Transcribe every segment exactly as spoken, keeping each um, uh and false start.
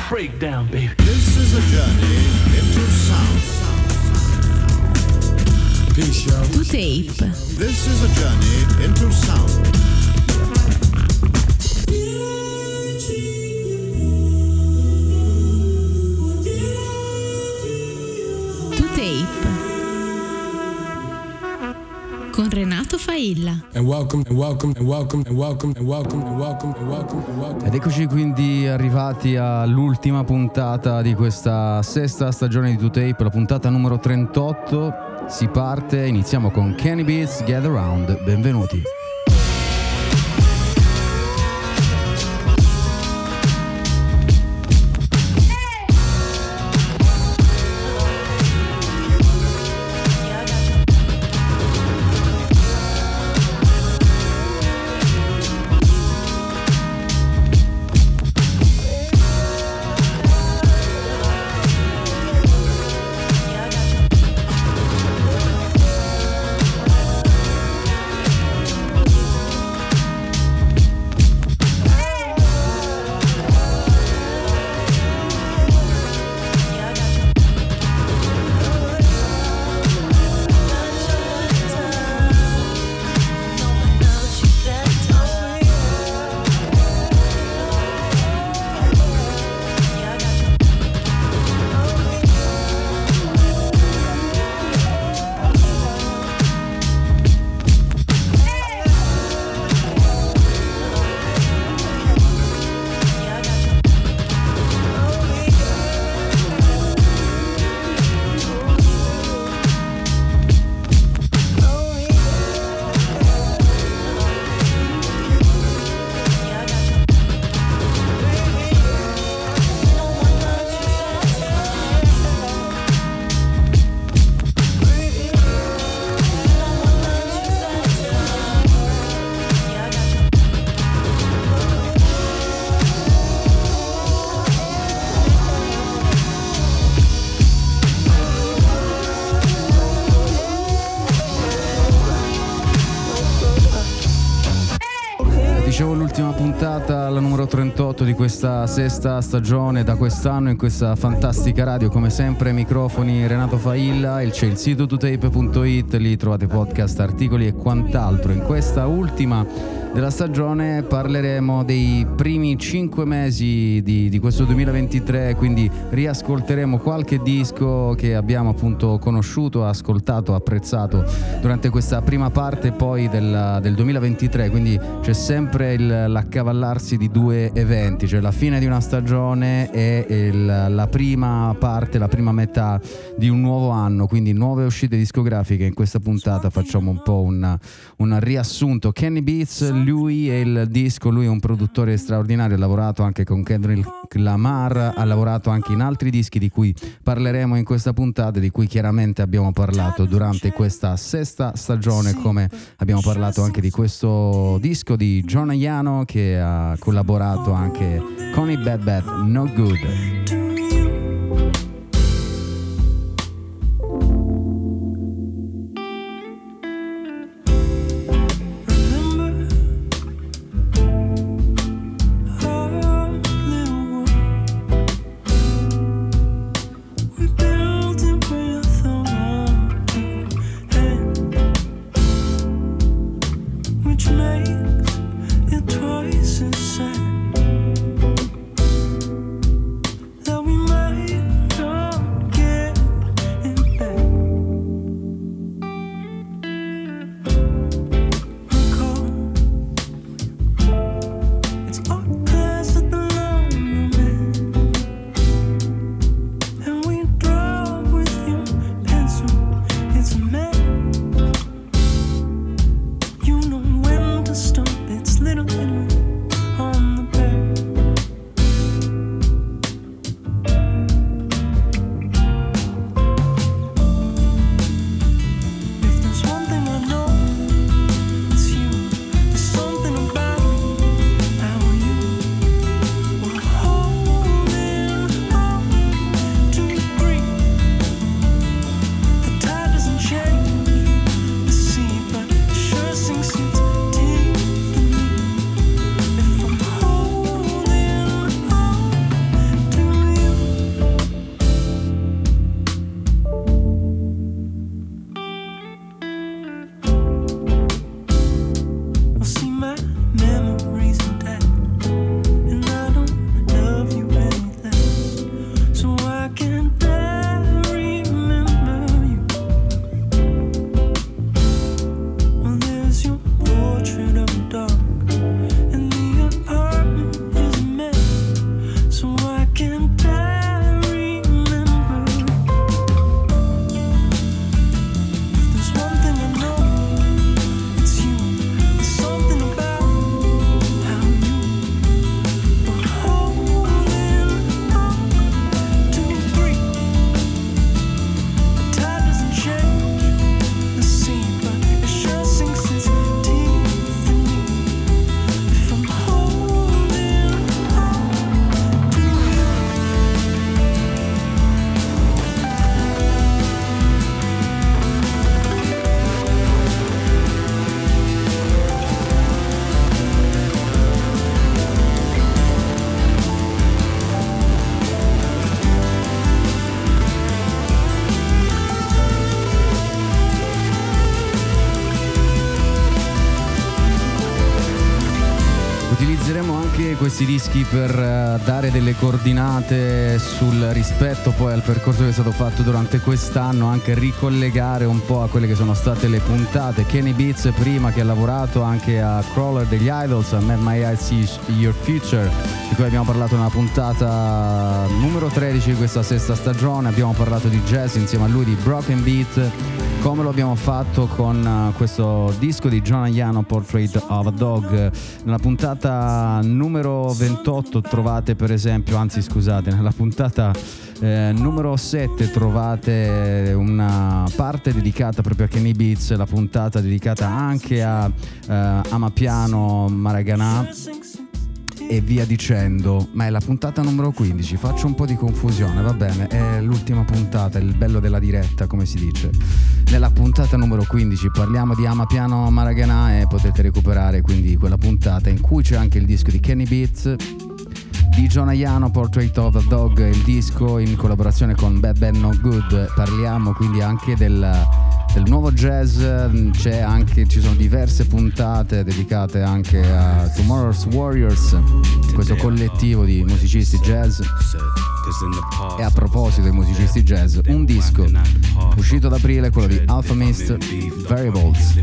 Breakdown, baby. This is a journey into sound. Peace, y'all. To Tape. This is a journey into sound. To Tape. Con Renato Failla. And welcome, and welcome, and welcome, and welcome, and welcome, and welcome, and welcome, and welcome. Ed eccoci quindi arrivati all'ultima puntata di questa sesta stagione di To Tape, la puntata numero trentotto. Si parte, iniziamo con Kenny Beats, Get Around. Benvenuti. L'ultima puntata, la numero trentotto di questa sesta stagione da quest'anno in questa fantastica radio. Come sempre microfoni Renato Failla, il c'è il sito to tape punto it, lì trovate podcast, articoli e quant'altro. In questa ultima della stagione parleremo dei primi cinque mesi di, di questo duemilaventitré, quindi riascolteremo qualche disco che abbiamo appunto conosciuto, ascoltato, apprezzato durante questa prima parte poi del, del duemilaventitré, quindi c'è sempre il l'accavallarsi di due eventi, cioè la fine di una stagione e il, la prima parte, la prima metà di un nuovo anno, quindi nuove uscite discografiche. In questa puntata facciamo un po' un, un riassunto. Kenny Beats, lui e il disco, lui è un produttore straordinario, ha lavorato anche con Kendrick Lamar, ha lavorato anche in altri dischi di cui parleremo in questa puntata, di cui chiaramente abbiamo parlato durante questa sesta stagione, come abbiamo parlato anche di questo disco di John Ayano che ha collaborato anche con i Bad Bad No Good. There Utilizzeremo anche questi dischi per uh, dare delle coordinate sul rispetto poi al percorso che è stato fatto durante quest'anno, anche ricollegare un po' a quelle che sono state le puntate. Kenny Beats prima, che ha lavorato anche a Crawler degli Idols, a Mad My Eyes See Your Future, di cui abbiamo parlato nella puntata numero tredici di questa sesta stagione. Abbiamo parlato di jazz insieme a lui, di Broken Beat, come lo abbiamo fatto con uh, questo disco di John Ayano, Portrait of a Dog. Nella puntata numero ventotto trovate per esempio, anzi scusate, nella puntata eh, numero sette trovate una parte dedicata proprio a Kenny Beats, la puntata dedicata anche a eh, Amapiano Maraganà e via dicendo, ma è la puntata numero quindici, faccio un po' di confusione, va bene, è l'ultima puntata, il bello della diretta come si dice. Nella puntata numero quindici parliamo di Amapiano Maraganà e potete recuperare quindi quella puntata in cui c'è anche il disco di Kenny Beats, di John Ayano, Portrait of a Dog, il disco in collaborazione con Bad Bad No Good. Parliamo quindi anche del del nuovo jazz, c'è anche, ci sono diverse puntate dedicate anche a Tomorrow's Warriors, questo collettivo di musicisti jazz. E a proposito dei musicisti jazz, un disco uscito ad aprile, quello di Alpha Mist, Variables.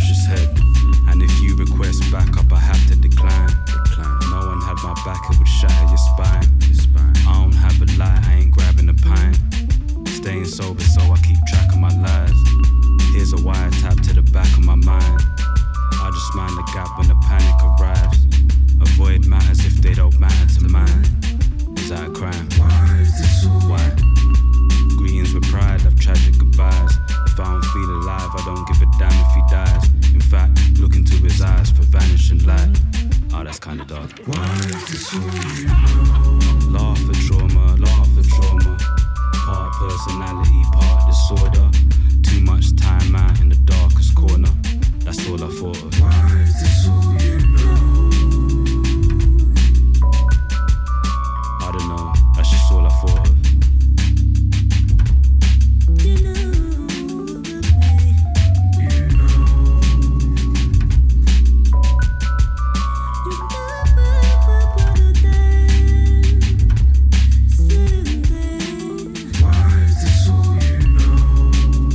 And if you request backup, I have to decline. No one had my back, it would shatter your spine. I don't have a lie, I ain't grabbing a pint. Staying sober, so I keep track of my lies. Here's a wiretap to the back of my mind. I just mind the gap when the panic arrives. Avoid matters if they don't matter to mine. Is that a crime? Why is this so? Why? Greetings with pride, I've tragic goodbyes. If I don't feel alive, I don't give a damn if he dies. In fact, look into his eyes for vanishing light. Oh, that's kinda dark. Why is this so? Laugh for trauma, laugh for trauma. Part personality, part disorder. Too much time out in the darkest corner. That's all I thought of. Why is this all you know? I don't know, that's just all I thought of. You know, you know. Why is this all you know?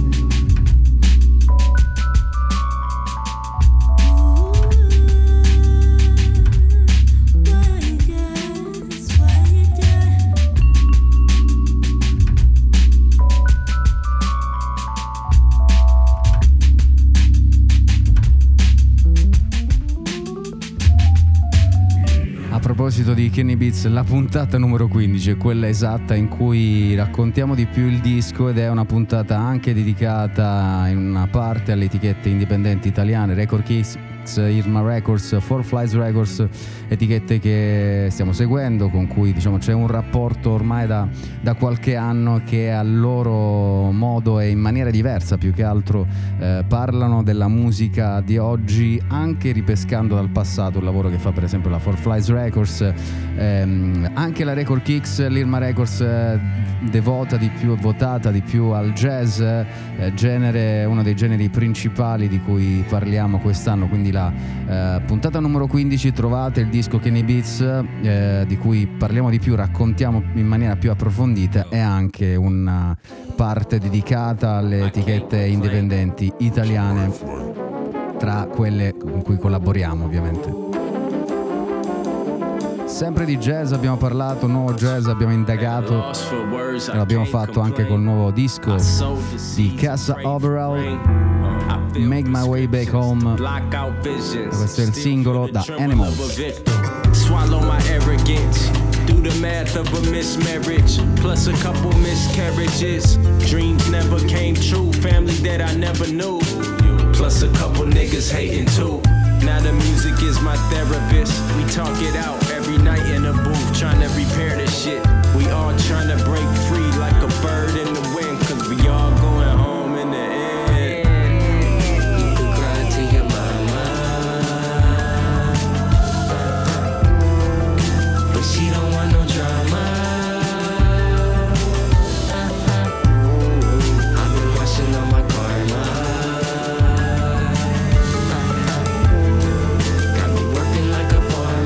A proposito di Kenny Beats, la puntata numero quindici è quella esatta in cui raccontiamo di più il disco, ed è una puntata anche dedicata in una parte alle etichette indipendenti italiane, Record Kicks, Irma Records, Four Flies Records, etichette che stiamo seguendo, con cui diciamo c'è un rapporto ormai da, da qualche anno che a loro modo e in maniera diversa più che altro eh, parlano della musica di oggi, anche ripescando dal passato un lavoro che fa per esempio la Four Flies Records, ehm, anche la Record Kicks, l'Irma Records eh, devota di più, votata di più al jazz, eh, genere, uno dei generi principali di cui parliamo quest'anno, quindi la eh, puntata numero quindici trovate il disco Kenny Beats, eh, di cui parliamo di più, raccontiamo in maniera più approfondita, e anche una parte dedicata alle etichette indipendenti italiane, tra quelle con cui collaboriamo ovviamente. Sempre di jazz abbiamo parlato, nuovo jazz abbiamo indagato, e l'abbiamo fatto anche col nuovo disco di Casa Overall, Make My Way Back Home. Questo è il singolo da Animals. Swallow my arrogance. Do the math of a mismarriage, plus a couple miscarriages. Dreams never came true, family that I never knew. Plus a couple niggas hating too. Now the music is my therapist. We talk it out every night in a booth, trying to repair this shit. We all trying to break free like a bird in the wind, cause we all going home in the end. You can cry to your mama, but she don't want no drama. I've been washing on my karma. Got me working like a farmer.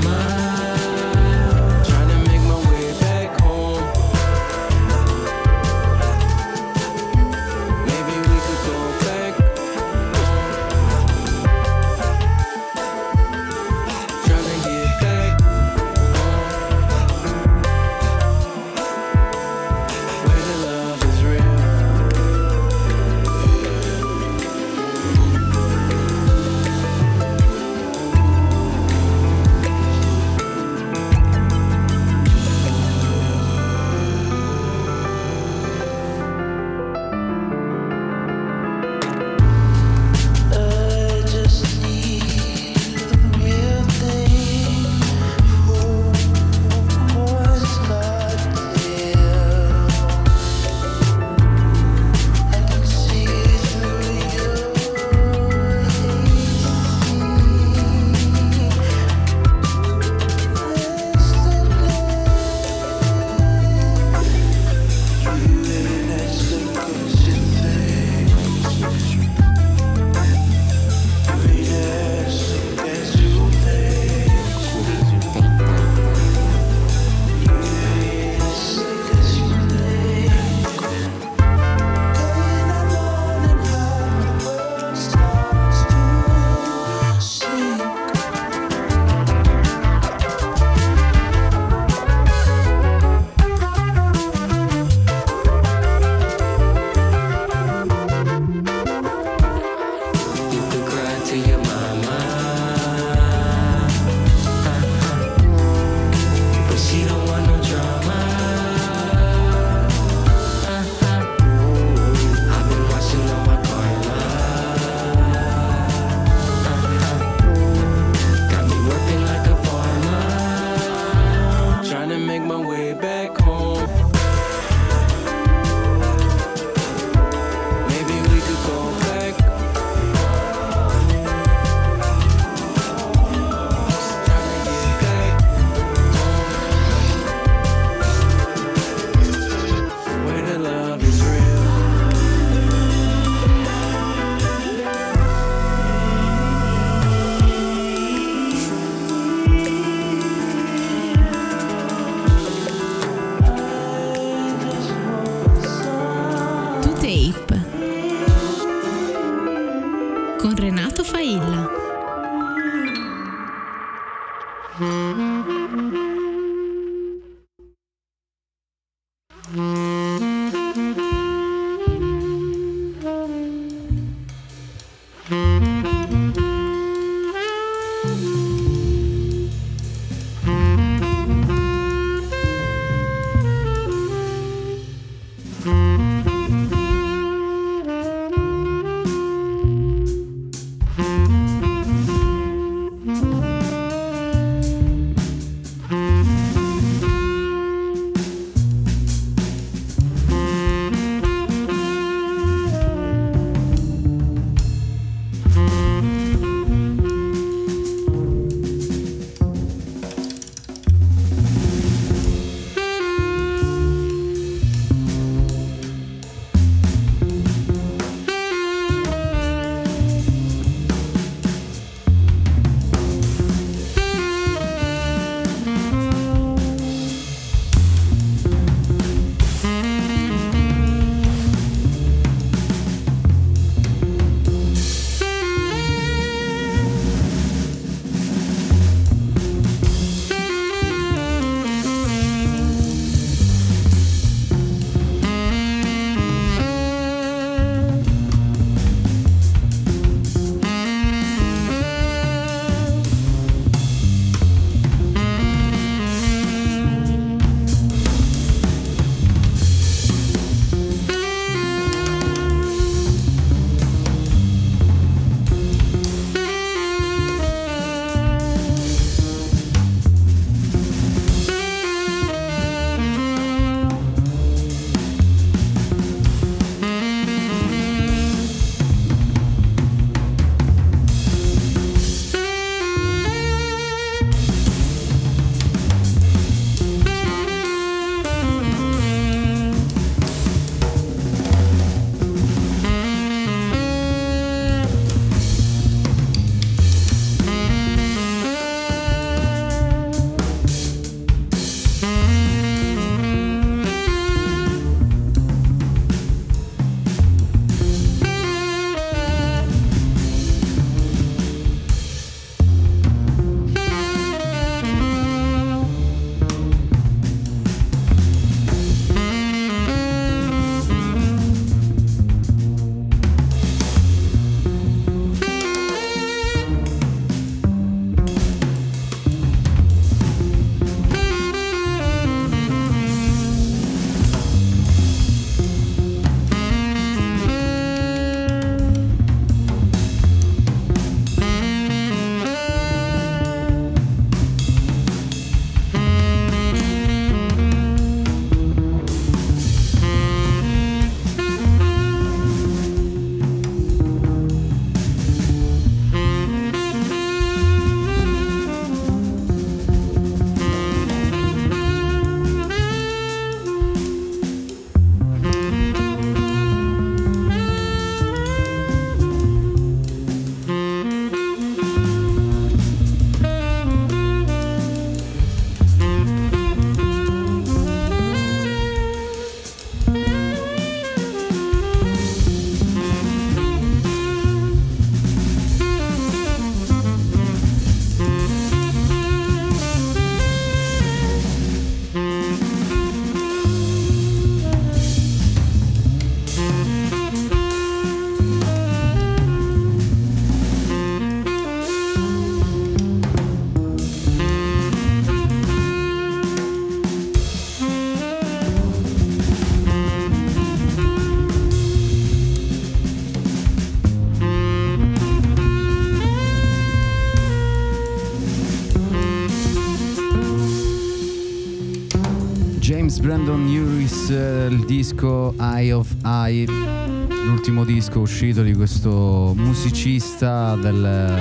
James Brandon Lewis, il disco Eye of Eye, l'ultimo disco uscito di questo musicista dalle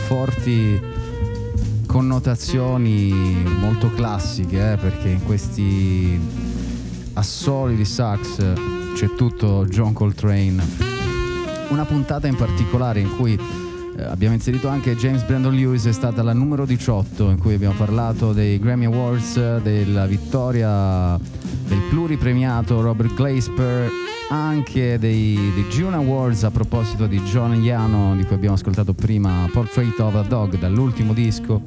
forti connotazioni molto classiche, eh, perché in questi assoli di sax c'è tutto John Coltrane. Una puntata in particolare in cui eh, abbiamo inserito anche James Brandon Lewis è stata la numero diciotto, in cui abbiamo parlato dei Grammy Awards, della vittoria del pluripremiato Robert Glasper, anche dei, dei Juno Awards a proposito di John Yano, di cui abbiamo ascoltato prima Portrait of a Dog, dall'ultimo disco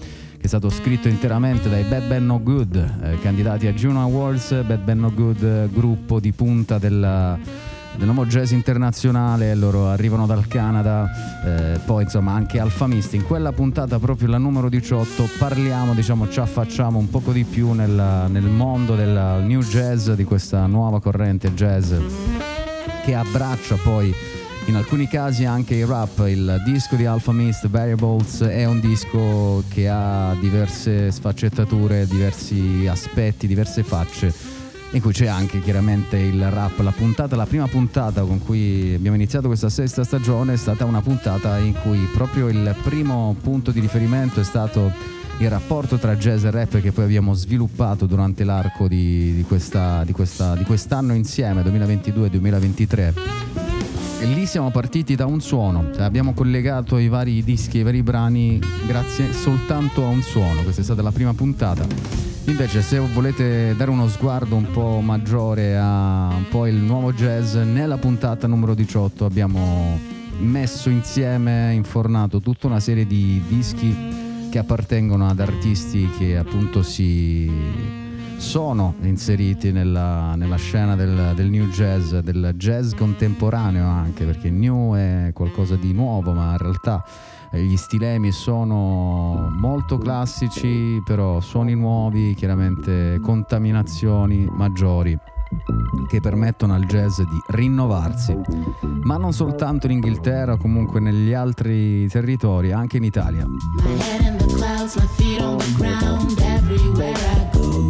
che è stato scritto interamente dai Bad Bad No Good, eh, candidati a Juno Awards. Bad Bad No Good, eh, gruppo di punta della, del nuovo jazz internazionale, loro arrivano dal Canada, eh, poi insomma anche Alfa Mist. In quella puntata, proprio la numero diciotto, parliamo, diciamo, ci affacciamo un poco di più nella, nel mondo del new jazz, di questa nuova corrente jazz che abbraccia poi in alcuni casi anche il rap. Il disco di Alfa Mist, Variables, è un disco che ha diverse sfaccettature, diversi aspetti, diverse facce, in cui c'è anche chiaramente il rap. La puntata, la prima puntata con cui abbiamo iniziato questa sesta stagione è stata una puntata in cui proprio il primo punto di riferimento è stato il rapporto tra jazz e rap, che poi abbiamo sviluppato durante l'arco di, di, questa, di, questa, di quest'anno insieme, duemilaventidue duemilaventitré. E lì siamo partiti da un suono, abbiamo collegato i vari dischi, i vari brani grazie soltanto a un suono. Questa è stata la prima puntata. Invece, se volete dare uno sguardo un po' maggiore a un po' il nuovo jazz, nella puntata numero diciotto abbiamo messo insieme, infornato tutta una serie di dischi che appartengono ad artisti che appunto si sono inseriti nella, nella scena del, del new jazz, del jazz contemporaneo anche, perché new è qualcosa di nuovo, ma in realtà gli stilemi sono molto classici, però suoni nuovi, chiaramente contaminazioni maggiori che permettono al jazz di rinnovarsi, ma non soltanto in Inghilterra, comunque negli altri territori, anche in Italia. My head in the clouds, my feet on the ground, everywhere I go.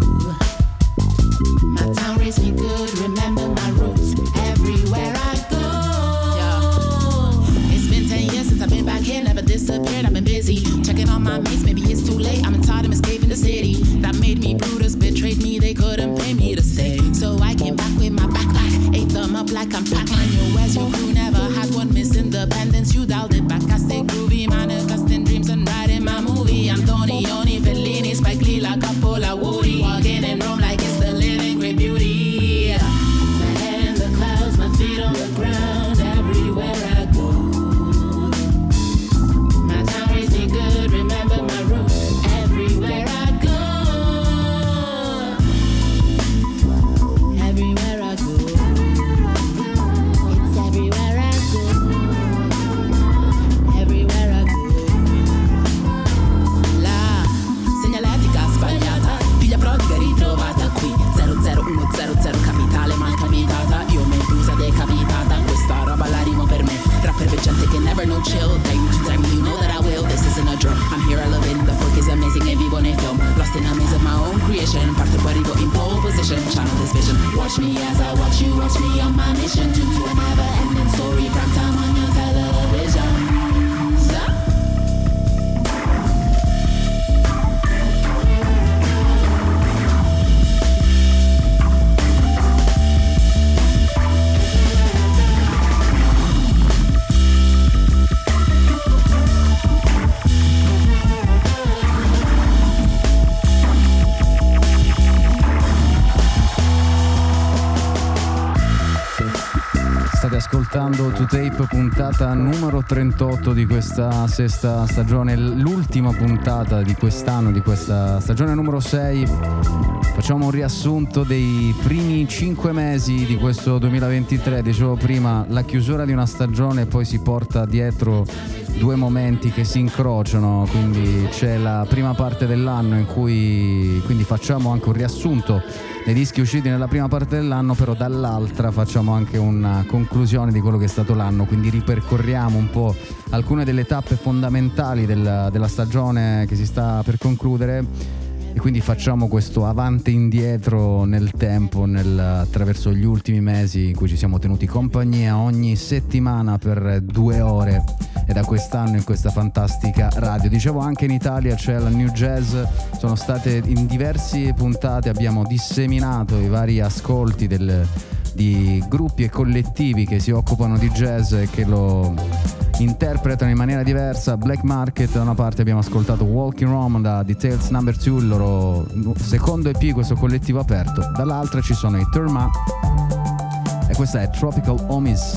My town raised me good, remember my roots, everywhere I go. Yeah. It's been ten years since I've been back here, never disappeared, I've been busy checking on my mates, maybe it's too late, I'm tired of escaping the city. That made me Brutus, betrayed me, they couldn't pay me to stay. So I came back with my backpack, ate them up like I'm Pac-Man. Yo, where's your crew? Never had one miss Independence, you dialed it back, I stay groovy, manifesting dreams and writing my movie. Antonioni, Fellini, Spike Lee, La Coppola, Woody, walking in Rome like it's the living great beauty. My head in the clouds, my feet on the ground, everywhere I go. My town raised me good, remember my roots, everywhere I go. Everywhere I go, it's everywhere I go. Everywhere I go. La segnaletica sbagliata, figlia prodiga ritrovata qui. Zero zero uno zero zero capitale mal capitata. Io Medusa decapitata, questa roba la rimo per me. Rapper veggente che never no chill. Dai mi try me, you know that I will. This isn't a drill, I'm here, I love it. The fork is amazing e vivo nei film. Lost in a maze of my own creation. Parto poi arrivo in pole position. Channel this vision. Watch me as I watch you, watch me on my mission. To to a never ending story. Prime time on your television. State ascoltando To Tape, puntata numero trentotto di questa sesta stagione, l'ultima puntata di quest'anno, di questa stagione numero sei. Facciamo un riassunto dei primi cinque mesi di questo duemilaventitré. Dicevo prima, la chiusura di una stagione poi si porta dietro due momenti che si incrociano, quindi c'è la prima parte dell'anno in cui quindi facciamo anche un riassunto dei dischi usciti nella prima parte dell'anno, però dall'altra facciamo anche una conclusione di quello che è stato l'anno, quindi ripercorriamo un po' alcune delle tappe fondamentali del, della stagione che si sta per concludere, e quindi facciamo questo avanti e indietro nel tempo, nel, attraverso gli ultimi mesi in cui ci siamo tenuti compagnia ogni settimana per due ore, e da quest'anno in questa fantastica radio. Dicevo, anche in Italia c'è la New Jazz, sono state in diverse puntate, abbiamo disseminato i vari ascolti del, di gruppi e collettivi che si occupano di jazz e che lo interpretano in maniera diversa. Black Market da una parte, abbiamo ascoltato Walking Rome da Details Number Two, il loro secondo E P, questo collettivo aperto, dall'altra ci sono i Terma e questa è Tropical Homies.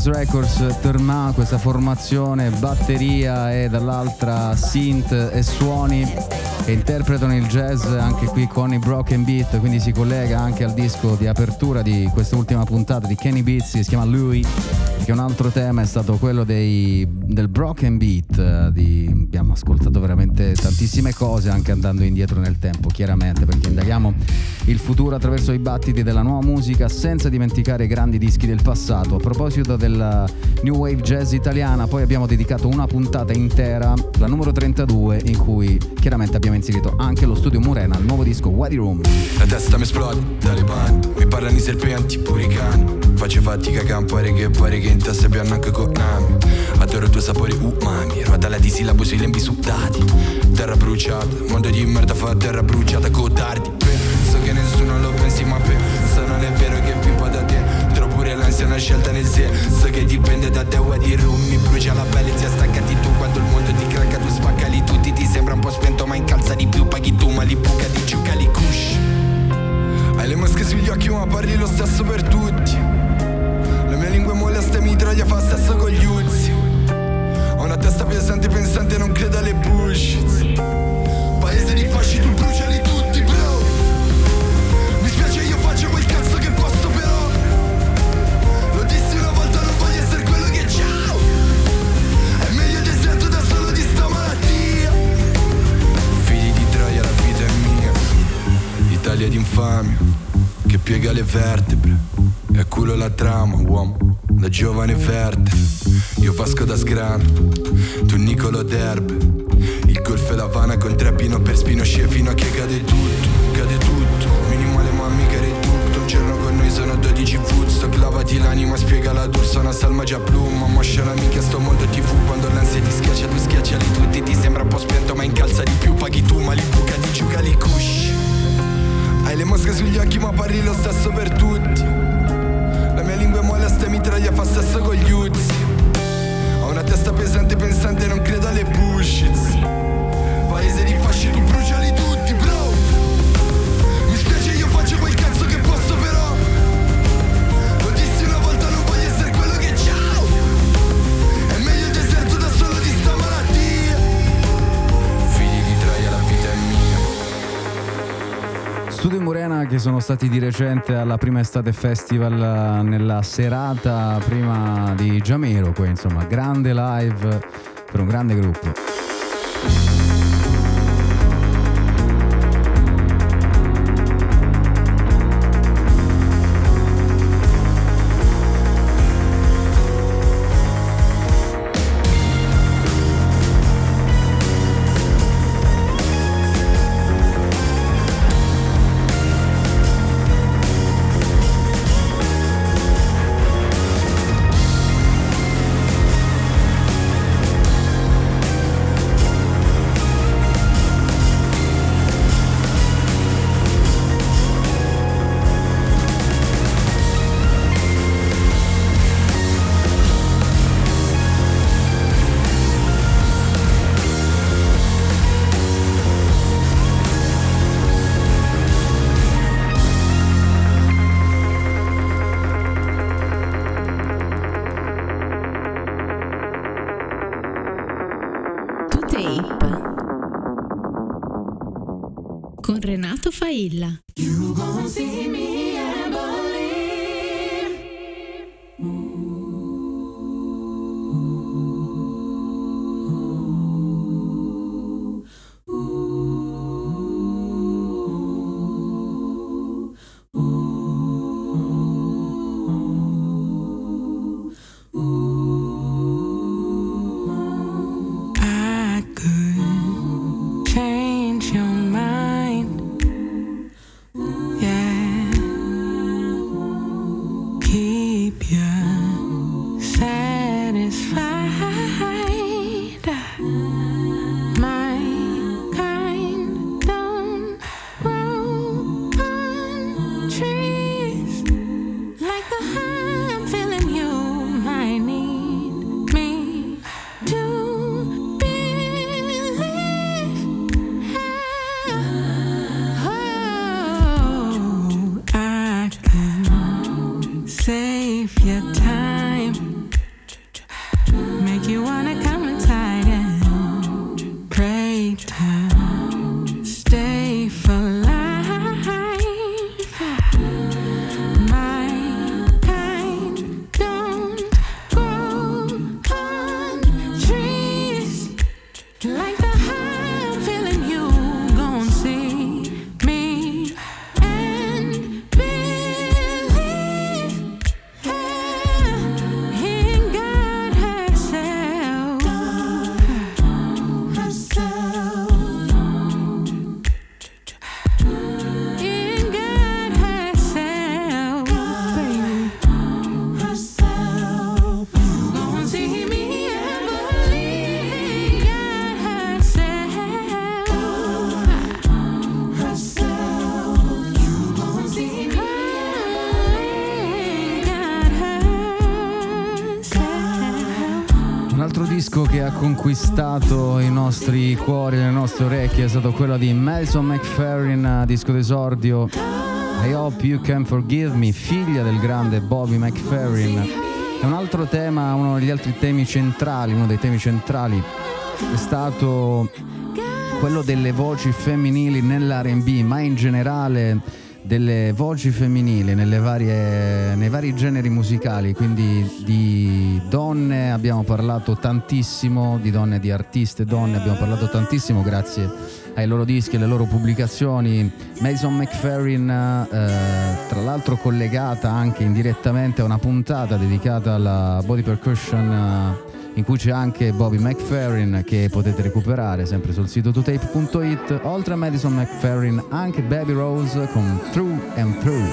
Records Records Terma, questa formazione batteria e dall'altra synth e suoni che interpretano il jazz anche qui con i Broken Beat, quindi si collega anche al disco di apertura di quest'ultima puntata di Kenny Beats, che si chiama Louis, che un altro tema è stato quello dei, del Broken Beat. Di, abbiamo ascoltato veramente tantissime cose anche andando indietro nel tempo, chiaramente, perché indaghiamo il futuro attraverso i battiti della nuova musica senza dimenticare i grandi dischi del passato. A proposito della New Wave Jazz italiana, poi abbiamo dedicato una puntata intera, la numero trentadue, in cui chiaramente abbiamo inserito anche lo studio Murena, il nuovo disco Wadi Room. La testa mi esplode, Taliban, mi parlano i serpenti, pure i cani. Faccio fatica a campare che pare che in testa piano anche con nami. Adoro il tuo sapore umami, ruota la di sillabo sui lembi sudati. Terra bruciata, mondo di merda fa terra bruciata codardi. So che nessuno lo pensi ma penso non è vero che pippa da te. Trovo pure l'ansia una scelta nel sé. So che dipende da te, Wadi Room mi brucia la pelle, ti staccati tu quando il mondo ti cracca, tu spaccali tutti, ti sembra un po' spento ma incalza di più, paghi tu ma li buca di giuca li kush. Hai le mosche sugli occhi ma parli lo stesso per tutti. La mia lingua è molesta e mi traglia, fa stesso con gli uzzi. Ho una testa pesante pensante, non credo alle bullshit. Paese di fasci, tu bruciali tutti, bro. Mi spiace, io faccio quel cazzo che posso però. Lo dissi una volta, non voglio essere quello che ciao. È meglio che sento da solo di sta malattia. Figli di troia, la vita è mia. Italia d'infamia che piega le vertebre e a culo la trama, uomo, da giovane verde. Io Vasco da Sgrana, tu Nicolo d'Erbe. Il golf e l'Havana con trappino per Spinoce fino a che cade tutto, cade tutto. Minimale ma mica ridotto. Un giorno con noi sono dodici Woodstock. Lavati l'anima, spiega la dorsa, una salma già pluma. Moscia la mica sto mondo tivù. Quando l'ansia ti schiaccia, tu schiacciali tutti. Ti sembra un po' spento ma incalza di più. Paghi tu ma li buca di giuca li kush. Hai le mosche sugli occhi ma parli lo stesso per tutti. La mia lingua è molesta e mi traglia, fa stesso con gli uzzi. Ho una testa pesante pensante, non credo alle bullshit. Paese di fasci, tu bruciali tutti, bro. Mi spiace, io faccio quel cazzo che posso però. Lo dissi una volta, non voglio essere quello che ciao. È meglio il deserto da solo di sta malattia. Figli di troia, la vita è mia. Studio Murena, che sono stati di recente alla prima estate festival nella serata prima di Jamiroquai, insomma grande live per un grande gruppo. Con Renato Failla. You gon' see me and believe. I could change your mind. Yeah. altro disco che ha conquistato i nostri cuori, le nostre orecchie è stato quello di Madison McFerrin, disco d'esordio I Hope You Can Forgive Me, figlia del grande Bobby McFerrin. È un altro tema, uno degli altri temi centrali, uno dei temi centrali è stato quello delle voci femminili nell'R and B, ma in generale delle voci femminili nelle varie, nei vari generi musicali, quindi di donne abbiamo parlato tantissimo, di donne, di artiste donne abbiamo parlato tantissimo grazie ai loro dischi e alle loro pubblicazioni. Madison McFerrin eh, tra l'altro collegata anche indirettamente a una puntata dedicata alla body percussion eh, in cui c'è anche Bobby McFerrin, che potete recuperare sempre sul sito two tape punto it. Oltre a Madison McFerrin anche Baby Rose con Through and Through.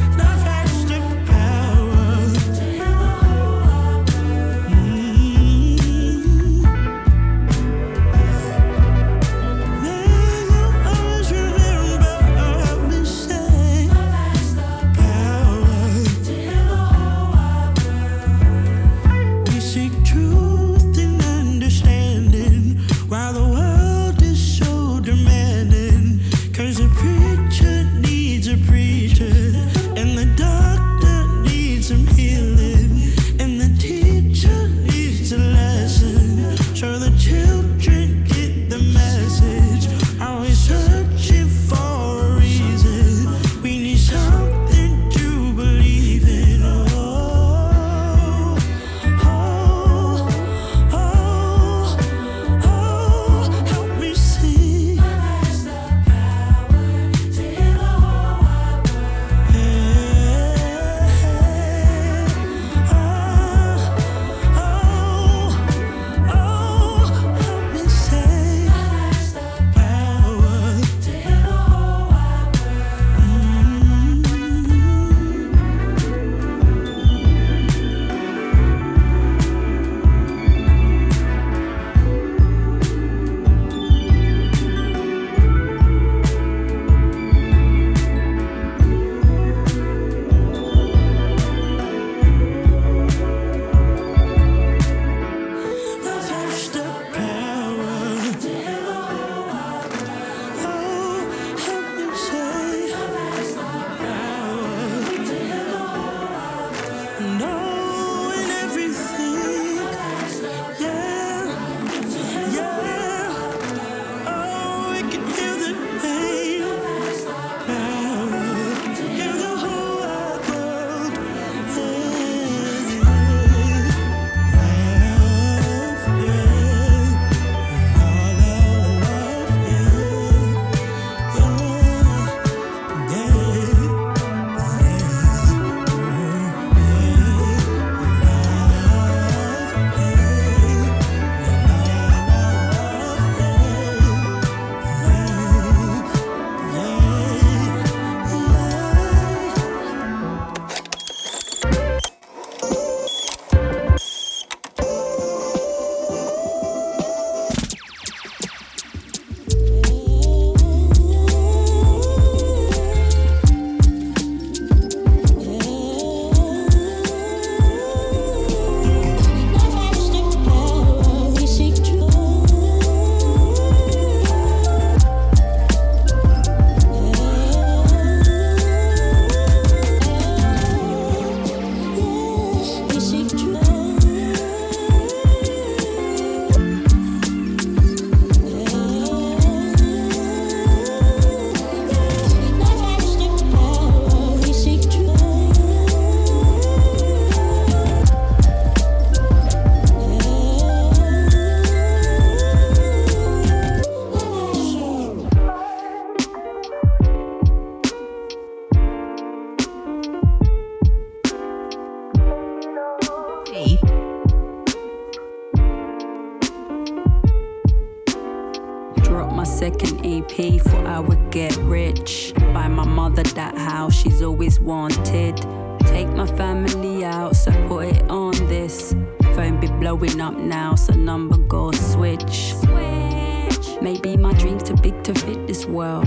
second E P, thought I would get rich. Buy my mother that house she's always wanted. Take my family out, so put it on this. Phone be blowing up now, so number go switch. Switch. Maybe my dream's too big to fit this world.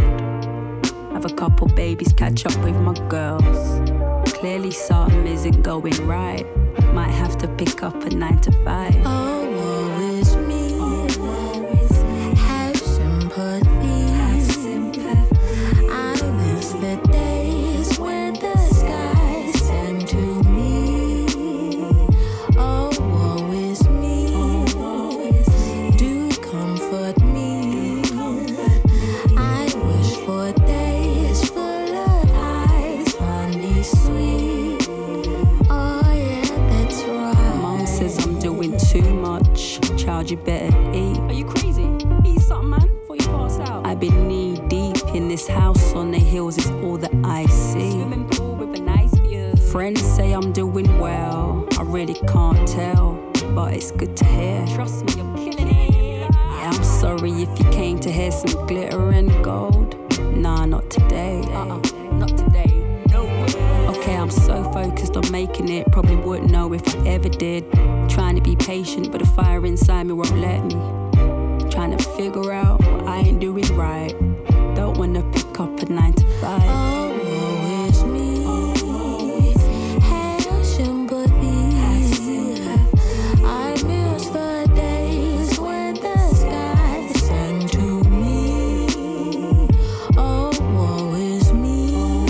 Have a couple babies, catch up with my girls. Clearly something isn't going right. Might have to pick up a nine to five. Oh, says I'm doing too much. Child, you better eat. Are you crazy? Eat something, man, before you pass out. I've been knee deep in this house on the hills, it's all that I see. Swimming pool with a nice view. Friends say I'm doing well, I really can't tell, but it's good to hear. Trust me, you're killing it. Yeah, I'm sorry if you came to hear some glitter and gold. Nah, not today. Uh-uh, not today. No way. Okay, I'm so focused on making it, probably wouldn't know if I ever did. Trying to be patient, but the fire inside me won't let me. Trying to figure out what I ain't doing right. Don't wanna pick up a nine to five. Oh, woe is me. Have sympathy. I miss the days when the sky sang to me. Oh, woe is me.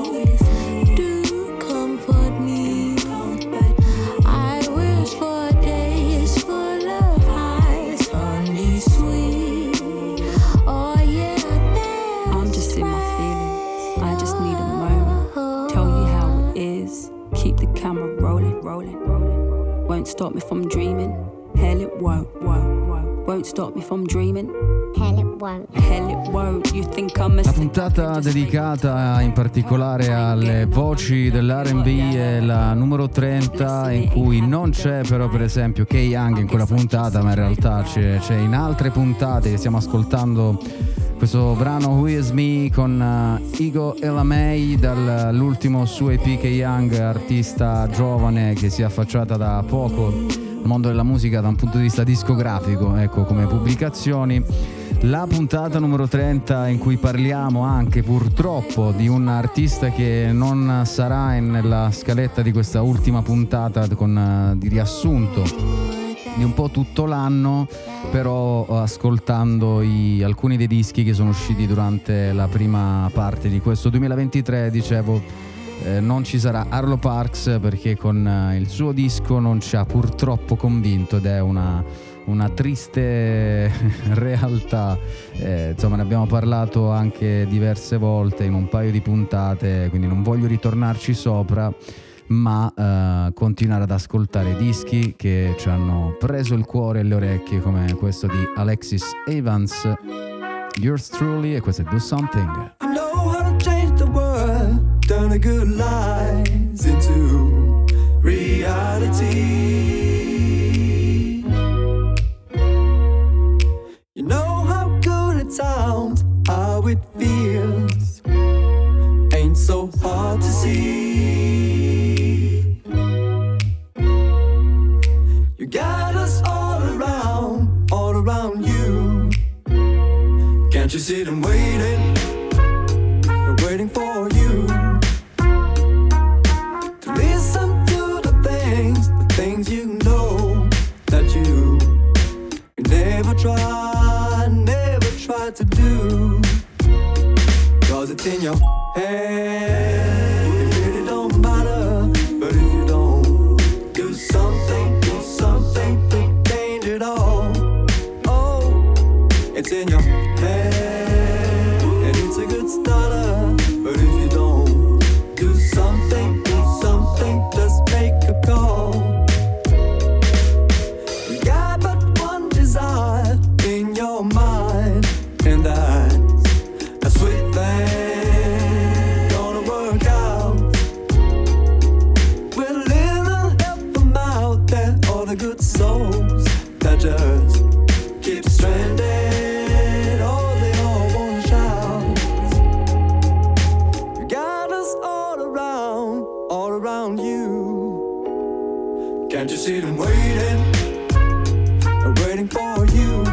Do comfort me. I wish for days full of highs, only sweet. Oh yeah, I'm just in my feelings. I just need a moment. Tell you how it is. Keep the camera rolling, rolling, rolling. Won't stop me from dreaming. Hell it won't, won't, won't. Won't stop me from dreaming. Hell it won't. Hell it won't. You think I'm a La puntata dedicata in particolare alle voci dell'R and B è la numero trenta, in cui non c'è però per esempio Kay Young in quella puntata, ma in realtà c'è, c'è in altre puntate che stiamo ascoltando questo brano Who Is Me con uh, Igo Elamei dall'ultimo suo E P. Kay Young, artista giovane che si è affacciata da poco al mondo della musica da un punto di vista discografico, ecco, come pubblicazioni. La puntata numero trenta in cui parliamo anche purtroppo di un artista che non sarà nella scaletta di questa ultima puntata con, uh, di riassunto di un po' tutto l'anno, però ascoltando i, alcuni dei dischi che sono usciti durante la prima parte di questo duemilaventitré, dicevo eh, non ci sarà Arlo Parks perché con eh, il suo disco non ci ha purtroppo convinto ed è una, una triste realtà. Eh, insomma, ne abbiamo parlato anche diverse volte in un paio di puntate, quindi non voglio ritornarci sopra, ma uh, continuare ad ascoltare dischi che ci hanno preso il cuore e le orecchie, come questo di Alexis Evans, Yours Truly, e questo è Do Something. I know how to change the world, turn the good lies into reality. You know how good it sounds, how it feels, ain't so hard to see. You got us all around, all around you. Can't you see them waiting, they're waiting for you to listen to the things, the things you know that you, you never try, never try to do. Cause it's in your head, it really don't matter. But if you don't do something, do something to change it all. Oh, it's in your head, and it's a good starter. But if you don't do something, do something, just make a call. You got but one desire in your mind, and that's a sweet thing gonna work out. With a little help from out there, all the good souls that just keep stranded, oh, they all wanna shout. You got us all around, all around you. Can't you see them waiting, they're waiting for you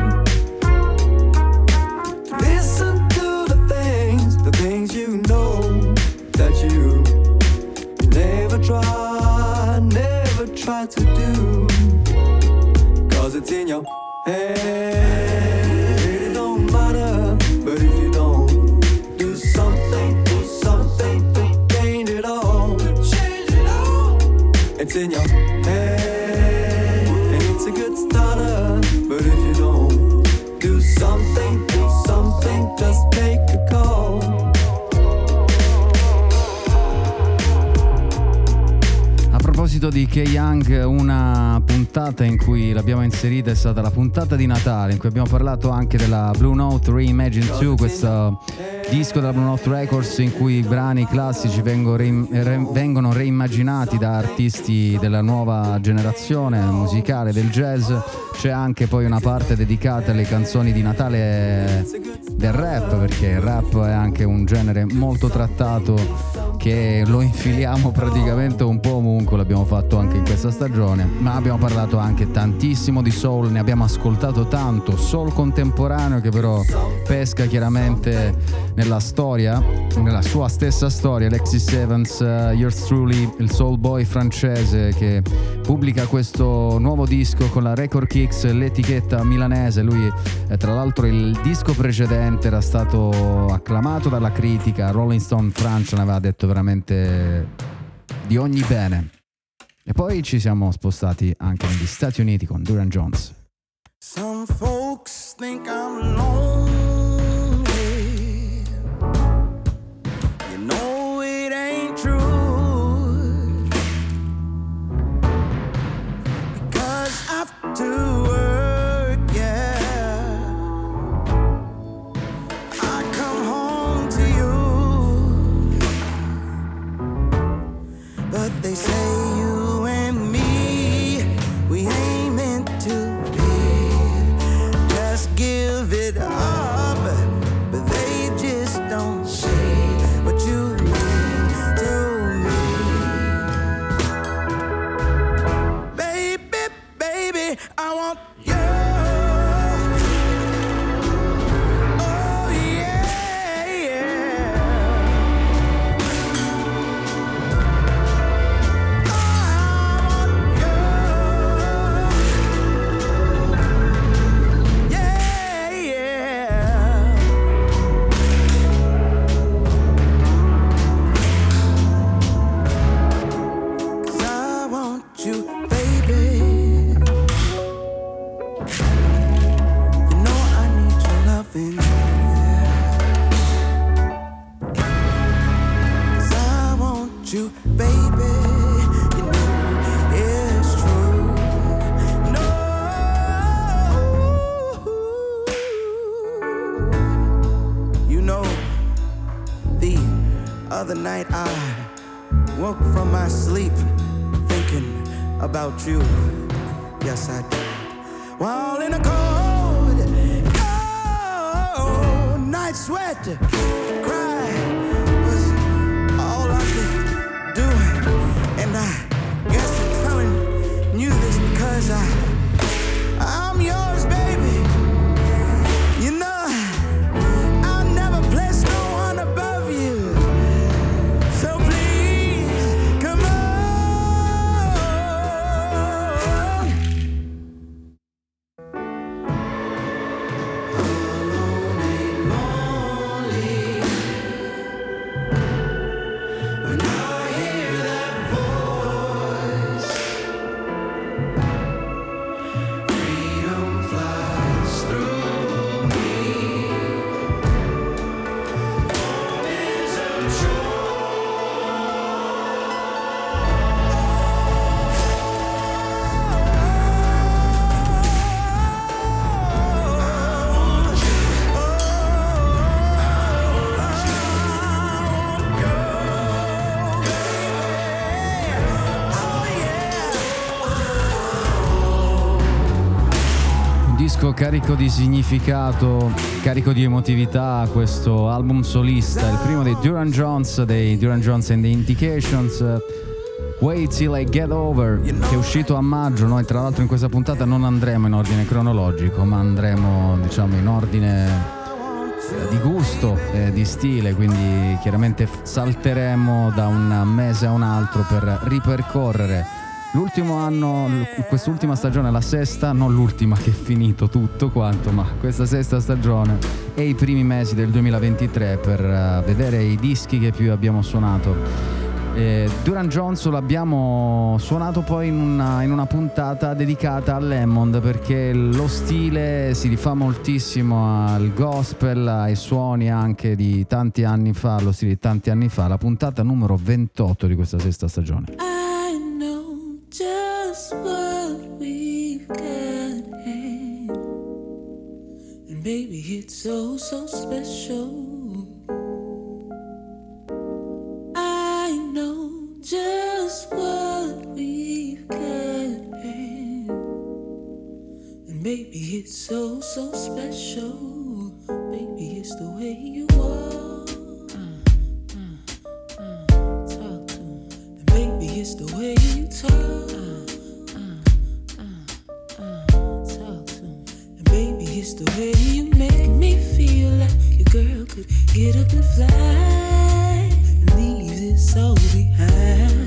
to listen to the things, the things you know that you, you never try, never try to do. Cause it's in your head, it really don't matter. But if you don't do something, do something to change it all, change it all. It's in your head, and it's a good starter. But if you don't do something, do something, just make a call. A proposito di K. Young, una puntata in cui l'abbiamo inserita è stata la puntata di Natale, in cui abbiamo parlato anche della Blue Note Reimagine due, questo disco della Blue Note Records in cui i brani classici vengono, re- re- vengono reimmaginati da artisti della nuova generazione musicale del jazz. C'è anche poi una parte dedicata alle canzoni di Natale del rap, perché il rap è anche un genere molto trattato che lo infiliamo praticamente un po' ovunque, l'abbiamo fatto anche in questa stagione, ma abbiamo parlato anche tantissimo di soul, ne abbiamo ascoltato tanto, soul contemporaneo che però pesca chiaramente nella storia, nella sua stessa storia. Alexis Evans, uh, yours truly, il soul boy francese che pubblica questo nuovo disco con la Record Kicks, l'etichetta milanese. Lui eh, tra l'altro il disco precedente era stato acclamato dalla critica, Rolling Stone Francia ne aveva detto veramente di ogni bene. E poi ci siamo spostati anche negli Stati Uniti con Duran Jones. Some folks think I'm lonely. You know it ain't true, because after work, yeah, I come home to you, but they say you and me, we ain't meant to give it up, but they just don't say what you mean to me. Baby, baby, I want you. Oh yeah, yeah. I want you. You, baby, you know I need your loving, cause I want you, baby, you know it's true. No, you know, the other night I woke from my sleep thinking about you, yes I did. While in a cold, cold night sweat, cry was all I could do. And I guess I'm telling you this because I, I'm yours, baby. You know, I'll never place no one above you. So please, come on. Carico di significato, carico di emotività, questo album solista, il primo dei Duran Jones, dei Duran Jones and the Indications, Wait Till I Get Over, che è uscito a maggio. Noi tra l'altro in questa puntata non andremo in ordine cronologico, ma andremo diciamo in ordine di gusto e di stile, quindi chiaramente salteremo da un mese a un altro per ripercorrere l'ultimo anno, quest'ultima stagione, la sesta, non l'ultima che è finito tutto quanto, ma questa sesta stagione e i primi mesi del duemilaventitré per uh, vedere i dischi che più abbiamo suonato. Eh, Duran Jones l'abbiamo suonato poi in una, in una puntata dedicata all'Hammond, perché lo stile si rifà moltissimo al gospel, ai suoni anche di tanti anni fa, lo stile di tanti anni fa, la puntata numero ventotto di questa sesta stagione. I know just And baby, it's so, so special. I know just what we've got. And baby, it's so, so special. Baby, it's the way you are. Uh, uh, uh, talk to me. And baby, it's the way you talk. Uh, uh, uh, uh, talk to me. And baby, it's the way you make me feel like your girl could get up and fly and leave this all behind.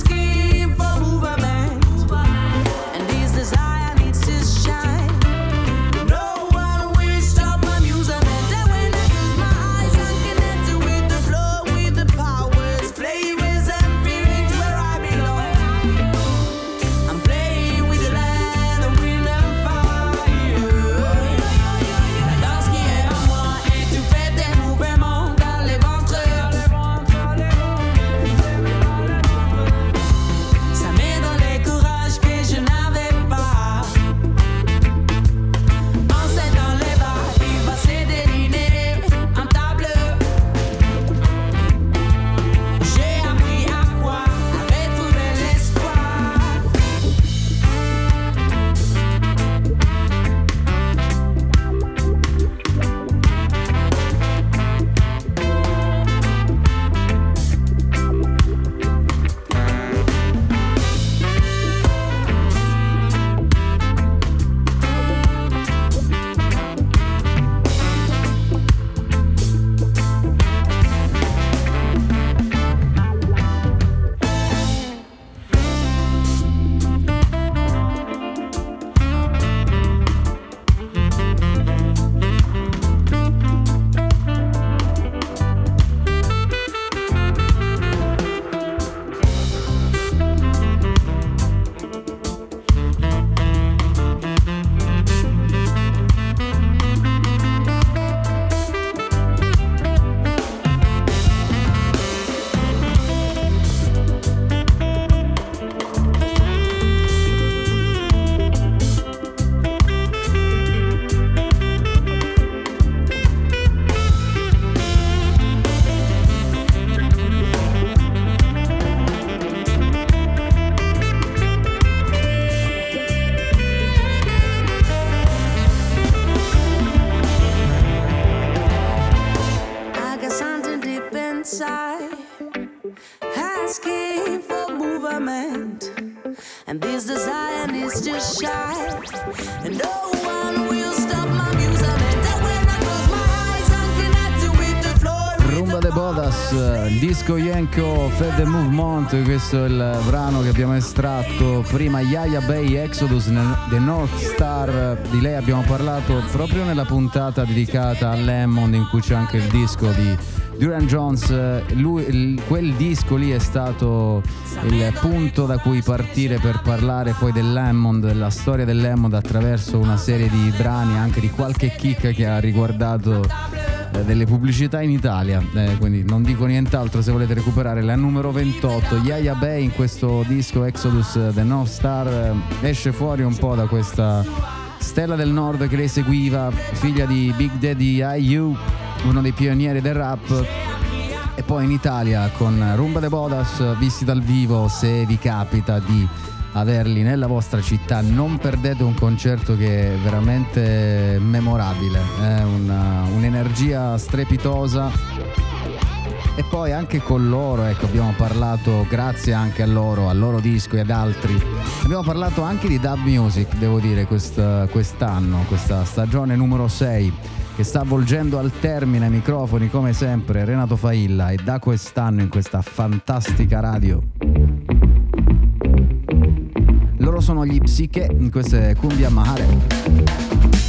Desire needs to shine. and this design is just shy, and no one will stop my music. And when I close my eyes, I'm connected with the floor. Rumba de Bodas, il disco Yenko Fed the Movement, questo è il brano che abbiamo estratto prima. Yaya Bay, Exodus, The North Star, di lei abbiamo parlato proprio nella puntata dedicata a Lemon, in cui c'è anche il disco di Duran Jones. Lui, il, quel disco lì è stato il punto da cui partire per parlare poi del Lemon, della storia del Lemon, attraverso una serie di brani, anche di qualche chicca che ha riguardato eh, delle pubblicità in Italia, eh, quindi non dico nient'altro se volete recuperare la numero ventotto. Yaya Bay in questo disco Exodus, The North Star, eh, esce fuori un po' da questa stella del nord che lei seguiva, figlia di Big Daddy I U, uno dei pionieri del rap, e poi in Italia con Rumba de Bodas, visti dal vivo. Se vi capita di averli nella vostra città, non perdete un concerto che è veramente memorabile, è una, un'energia strepitosa. E poi anche con loro, ecco, abbiamo parlato, grazie anche a loro, al loro disco e ad altri, abbiamo parlato anche di dub music, devo dire, quest, quest'anno, questa stagione numero sei che sta volgendo al termine. Ai microfoni come sempre Renato Failla, e da quest'anno in questa fantastica radio loro sono gli Psiche, questo è Cumbia Mahare.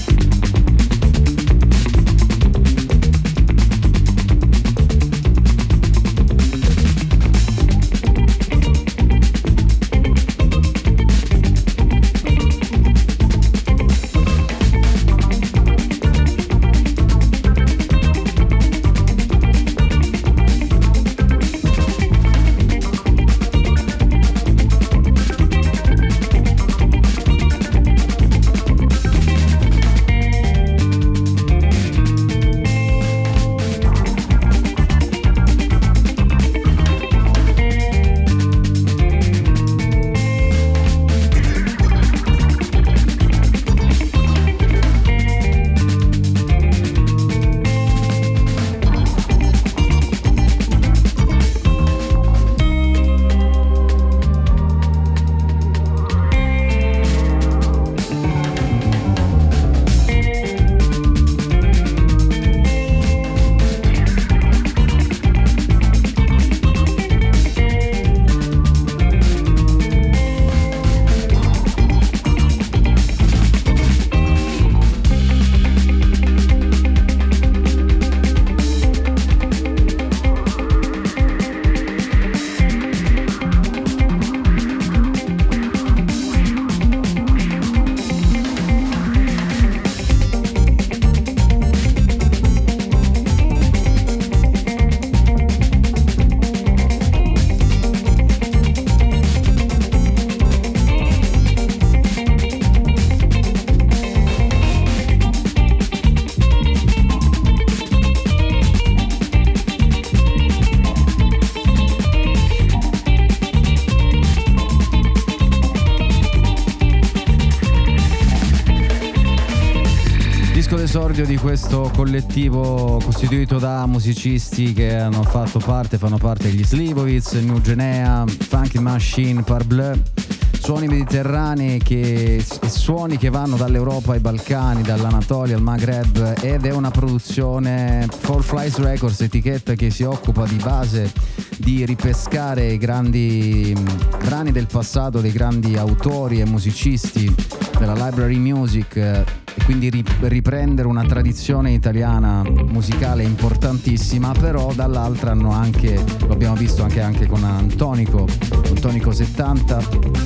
Esordio di questo collettivo costituito da musicisti che hanno fatto parte, fanno parte degli Slivovitz, New Genea, Funky Machine, Parbleu, suoni mediterranei che, e suoni che vanno dall'Europa ai Balcani, dall'Anatolia al Maghreb, ed è una produzione Four Flies Records, etichetta che si occupa di base di ripescare i grandi brani del passato, dei grandi autori e musicisti della library music, e quindi riprendere una tradizione italiana musicale importantissima. Però dall'altra hanno anche, lo abbiamo visto anche, anche con Antonico, Antonico settanta,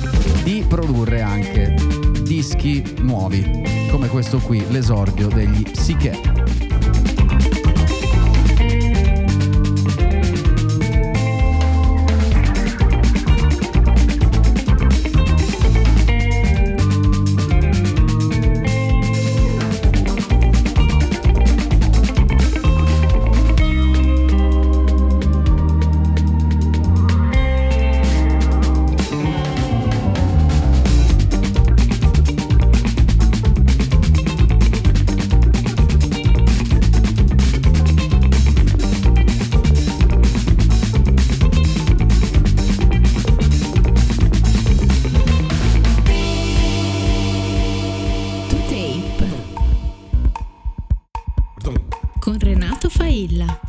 di produrre anche dischi nuovi come questo qui, l'esordio degli Psiche. con Renato Failla.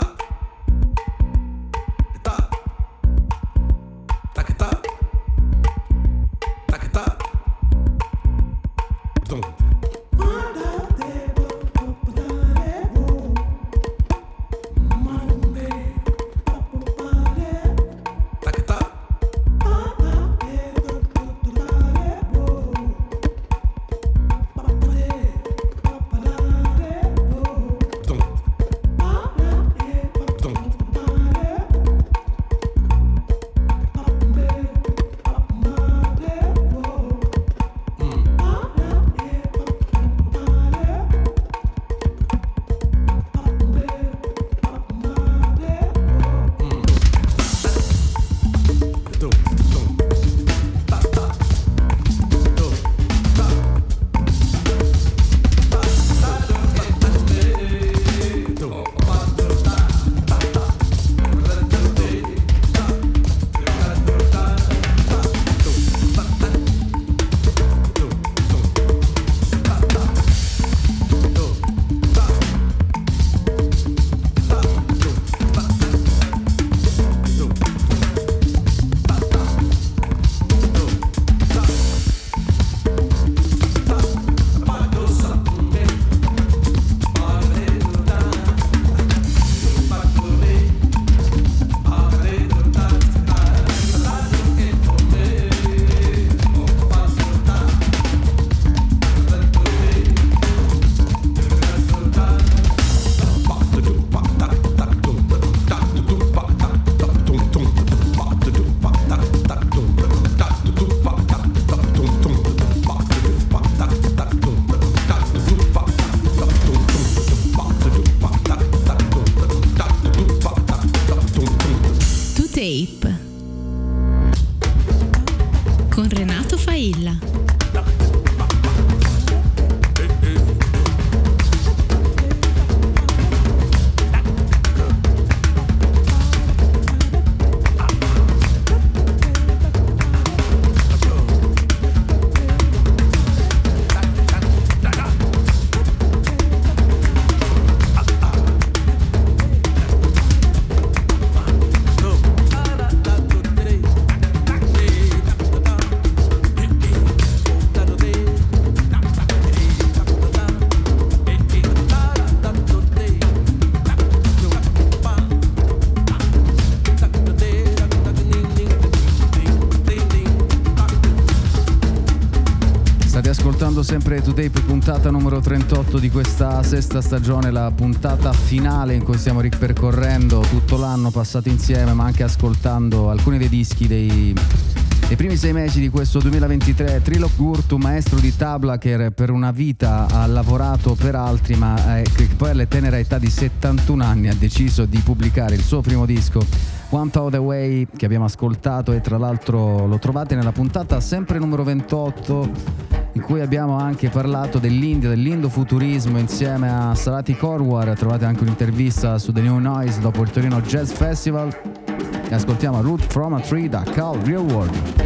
Con Renato Failla. Sempre Today, puntata numero trentotto di questa sesta stagione, la puntata finale in cui stiamo ripercorrendo tutto l'anno passato insieme, ma anche ascoltando alcuni dei dischi dei, dei primi sei mesi di questo duemilaventitré. Trilok Gurtu, maestro di tabla che per una vita ha lavorato per altri, ma eh, che poi alla tenera età di settantuno anni ha deciso di pubblicare il suo primo disco, One Thought Away, che abbiamo ascoltato, e tra l'altro lo trovate nella puntata sempre numero ventotto, in cui abbiamo anche parlato dell'India, dell'indofuturismo insieme a Sarati Korwar. Trovate anche un'intervista su The New Noise dopo il Torino Jazz Festival, e ascoltiamo Root from a Tree da Carl Realworthy.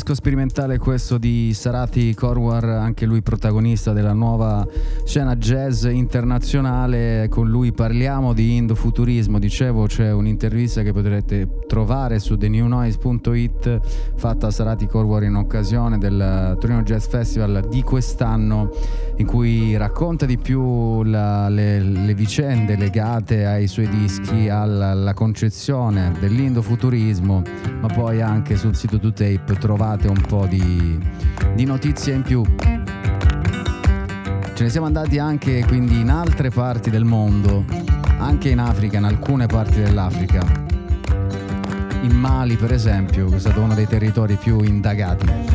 disco sperimentale questo di Sarati Korwar, anche lui protagonista della nuova scena jazz internazionale. Con lui parliamo di indofuturismo. Dicevo, c'è un'intervista che potrete trovare su the new noise punto it fatta a Sarati Korwar in occasione del Torino Jazz Festival di quest'anno, in cui racconta di più la, le, le vicende legate ai suoi dischi, alla, alla concezione dell'indofuturismo, ma poi anche sul sito To Tape trovate un po' di, di notizie in più. Ce ne siamo andati anche quindi in altre parti del mondo, anche in Africa, in alcune parti dell'Africa. In Mali, per esempio, che è stato uno dei territori più indagati.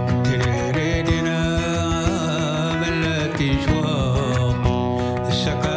Shaka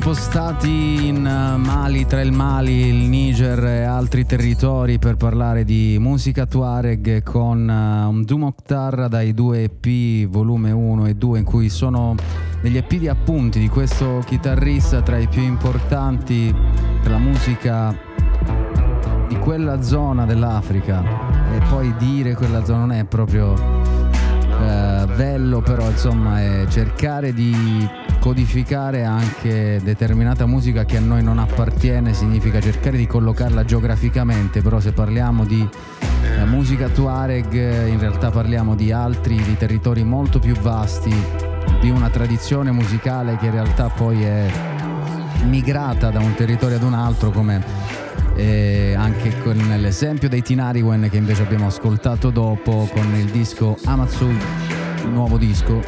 spostati in Mali, tra il Mali, il Niger e altri territori per parlare di musica Tuareg con un Dou Moctar dai due E P volume uno e due, in cui sono degli E P di appunti di questo chitarrista tra i più importanti per la musica di quella zona dell'Africa. E poi dire quella zona non è proprio eh, bello, però insomma è cercare di codificare anche determinata musica che a noi non appartiene, significa cercare di collocarla geograficamente. Però se parliamo di eh, musica Tuareg in realtà parliamo di altri, di territori molto più vasti, di una tradizione musicale che in realtà poi è migrata da un territorio ad un altro, come eh, anche con l'esempio dei Tinariwen che invece abbiamo ascoltato dopo con il disco Amatsu, il nuovo disco.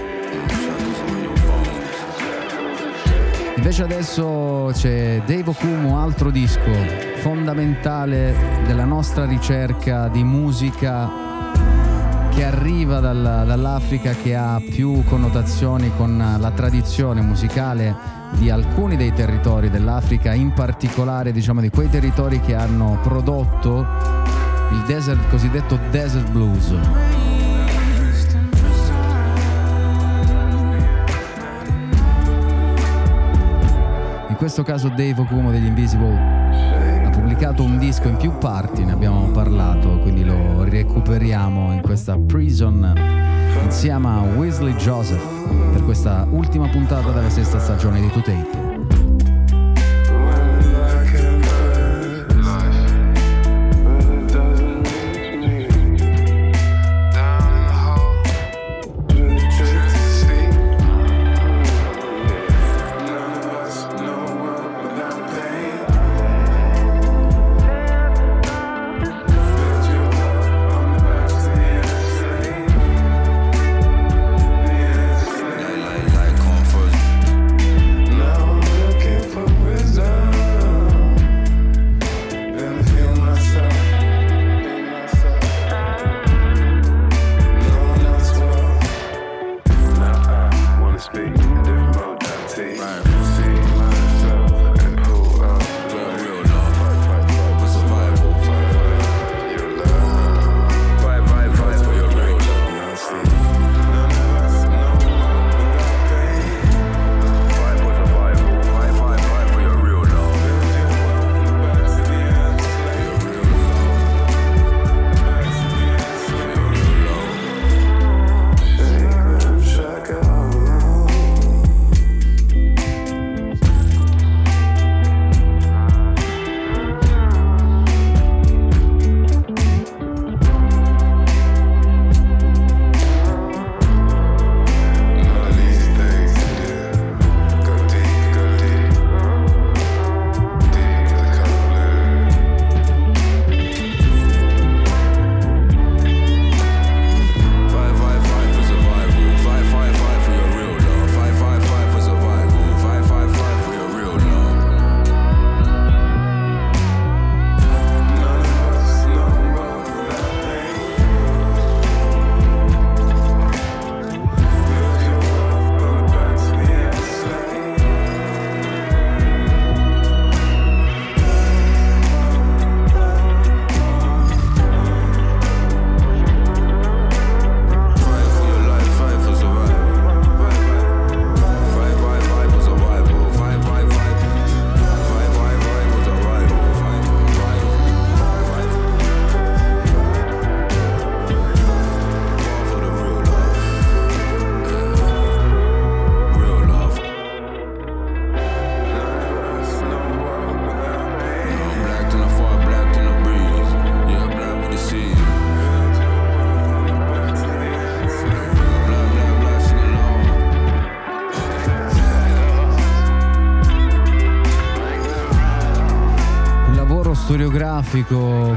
Invece adesso c'è Dave Okumu, altro disco fondamentale della nostra ricerca di musica che arriva dalla, dall'Africa, che ha più connotazioni con la tradizione musicale di alcuni dei territori dell'Africa, in particolare diciamo di quei territori che hanno prodotto il desert, cosiddetto desert blues. In questo caso Dave Okumu degli Invisible ha pubblicato un disco in più parti, ne abbiamo parlato, quindi lo recuperiamo in questa Prison insieme a Wesley Joseph per questa ultima puntata della sesta stagione di To Tape. Storiografico,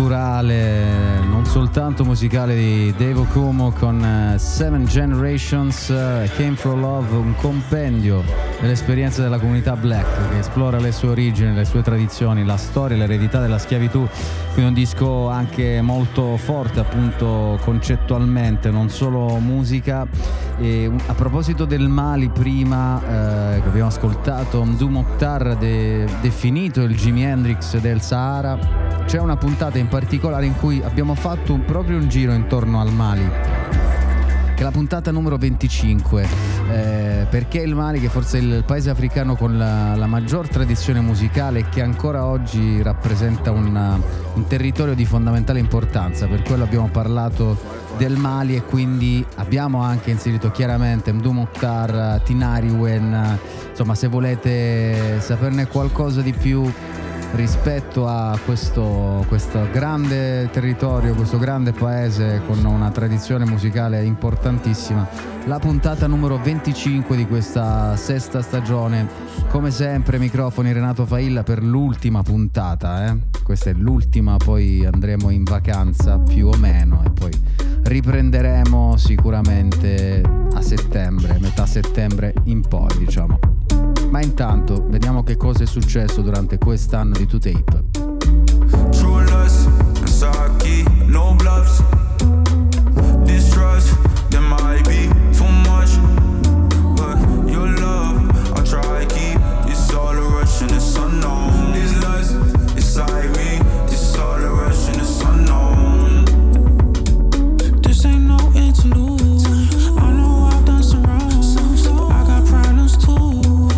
culturale, non soltanto musicale di Dave Okumu con uh, Seven Generations, uh, Came for Love, un compendio dell'esperienza della comunità black, che esplora le sue origini, le sue tradizioni, la storia, l'eredità della schiavitù. Quindi un disco anche molto forte, appunto, concettualmente, non solo musica. E a proposito del Mali, prima eh, che abbiamo ascoltato Mdou Moctar, de- definito il Jimi Hendrix del Sahara, c'è una puntata in particolare in cui abbiamo fatto un, proprio un giro intorno al Mali, che è la puntata numero venticinque, eh, perché il Mali, che forse è il paese africano con la, la maggior tradizione musicale e che ancora oggi rappresenta una, un territorio di fondamentale importanza, per quello abbiamo parlato del Mali e quindi abbiamo anche inserito chiaramente Mdou Moctar, Tinariwen. Insomma, se volete saperne qualcosa di più rispetto a questo, questo grande territorio, questo grande paese con una tradizione musicale importantissima, la puntata numero venticinque di questa sesta stagione. Come sempre, microfoni Renato Failla per l'ultima puntata, eh? Questa è l'ultima, poi andremo in vacanza più o meno e poi riprenderemo sicuramente a settembre, metà settembre in poi, diciamo. Ma intanto vediamo che cosa è successo durante quest'anno di two tape. True lust and sake, no bluffs. Distrust, there might be too much, but your love, I'll try to keep. It's all a rush and it's unknown. This lust inside me, it's all a rush and it's unknown. This ain't no interlude. I know I've done some wrong, but I got problems too.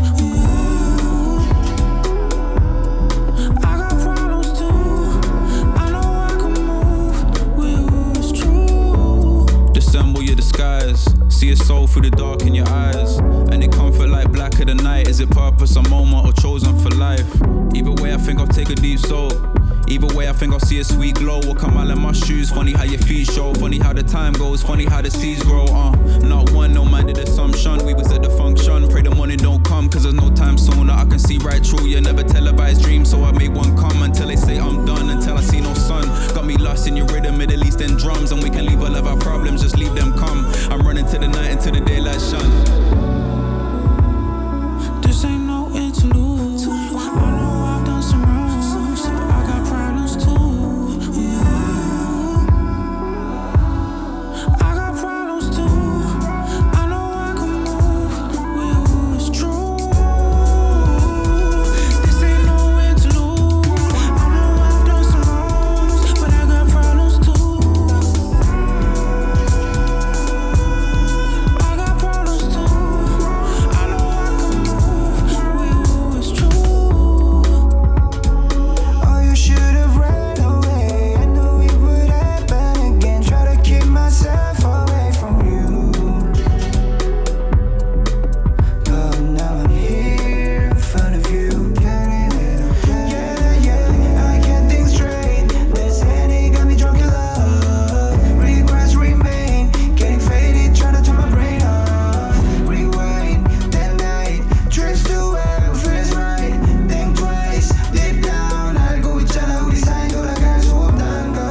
See a soul through the dark in your eyes, and they comfort like black of the night. Is it purpose, a moment, or chosen for life? Either way, I think I'll take a deep soul. Either way, I think I'll see a sweet glow. Walk a mile in my shoes, funny how your feet show. Funny how the time goes, funny how the seeds grow. Uh, not one, no minded assumption. We was at the function, pray the money don't come, cause there's no time sooner. I can see right through you, never televised dreams, so I made one come until they say I'm done, until I see no sun. Got me lost in your rhythm, Middle Eastern drums, and we can leave all of our problems, just leave them come. I'm running to the night until the daylight shine. This ain't no interlude. I know I've done some wrong, but I got problems too. I got problems too. I know I can move with who is true. This ain't no interlude. I know I've done some wrongs, but I got problems too. I got problems too. I know I can move with who is true. Oh, you should have ran away. I knew it would happen again. Try to keep myself away from you, but now I'm here in front of you. Getting it okay. Yeah, yeah, I can't think straight. This Henny got me drunk in love. Regrets remain, getting faded, trying to turn my brain off. Rewind that night, trips to where feels right. Think twice, deep down. Algo echada urizando la cara su tango.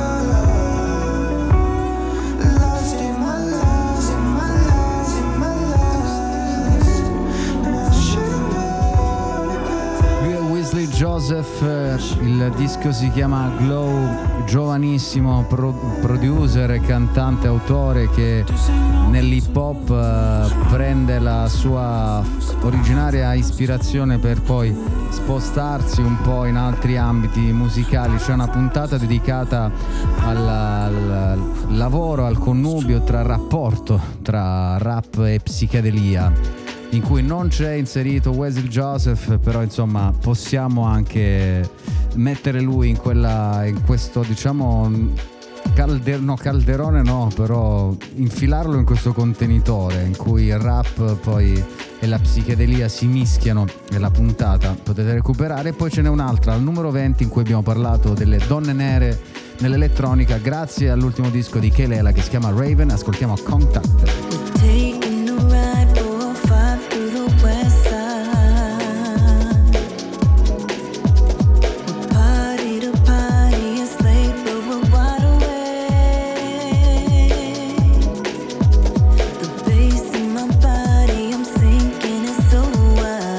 Lost in my lost, in my lost, in my lost. I should've known it better. Lui è Wesley Joseph, eh, il disco si chiama Glow, giovanissimo pro- producer, cantante, autore che nell'hip hop eh, prende la sua originaria ispirazione per poi spostarsi un po' in altri ambiti musicali. C'è una puntata dedicata al, al lavoro, al connubio tra rapporto tra rap e psichedelia, in cui non c'è inserito Wesley Joseph, però insomma possiamo anche mettere lui in quella, in questo, diciamo, calder- no, calderone no, però infilarlo in questo contenitore in cui il rap poi e la psichedelia si mischiano. Nella puntata potete recuperare. E poi ce n'è un'altra al numero venti in cui abbiamo parlato delle donne nere nell'elettronica, grazie all'ultimo disco di Kelela che si chiama Raven. Ascoltiamo Contact. Taking a ride for a five through the west side. We're party to party, it's late but we're wide awake. The bass in my body, I'm sinking, it's so wild.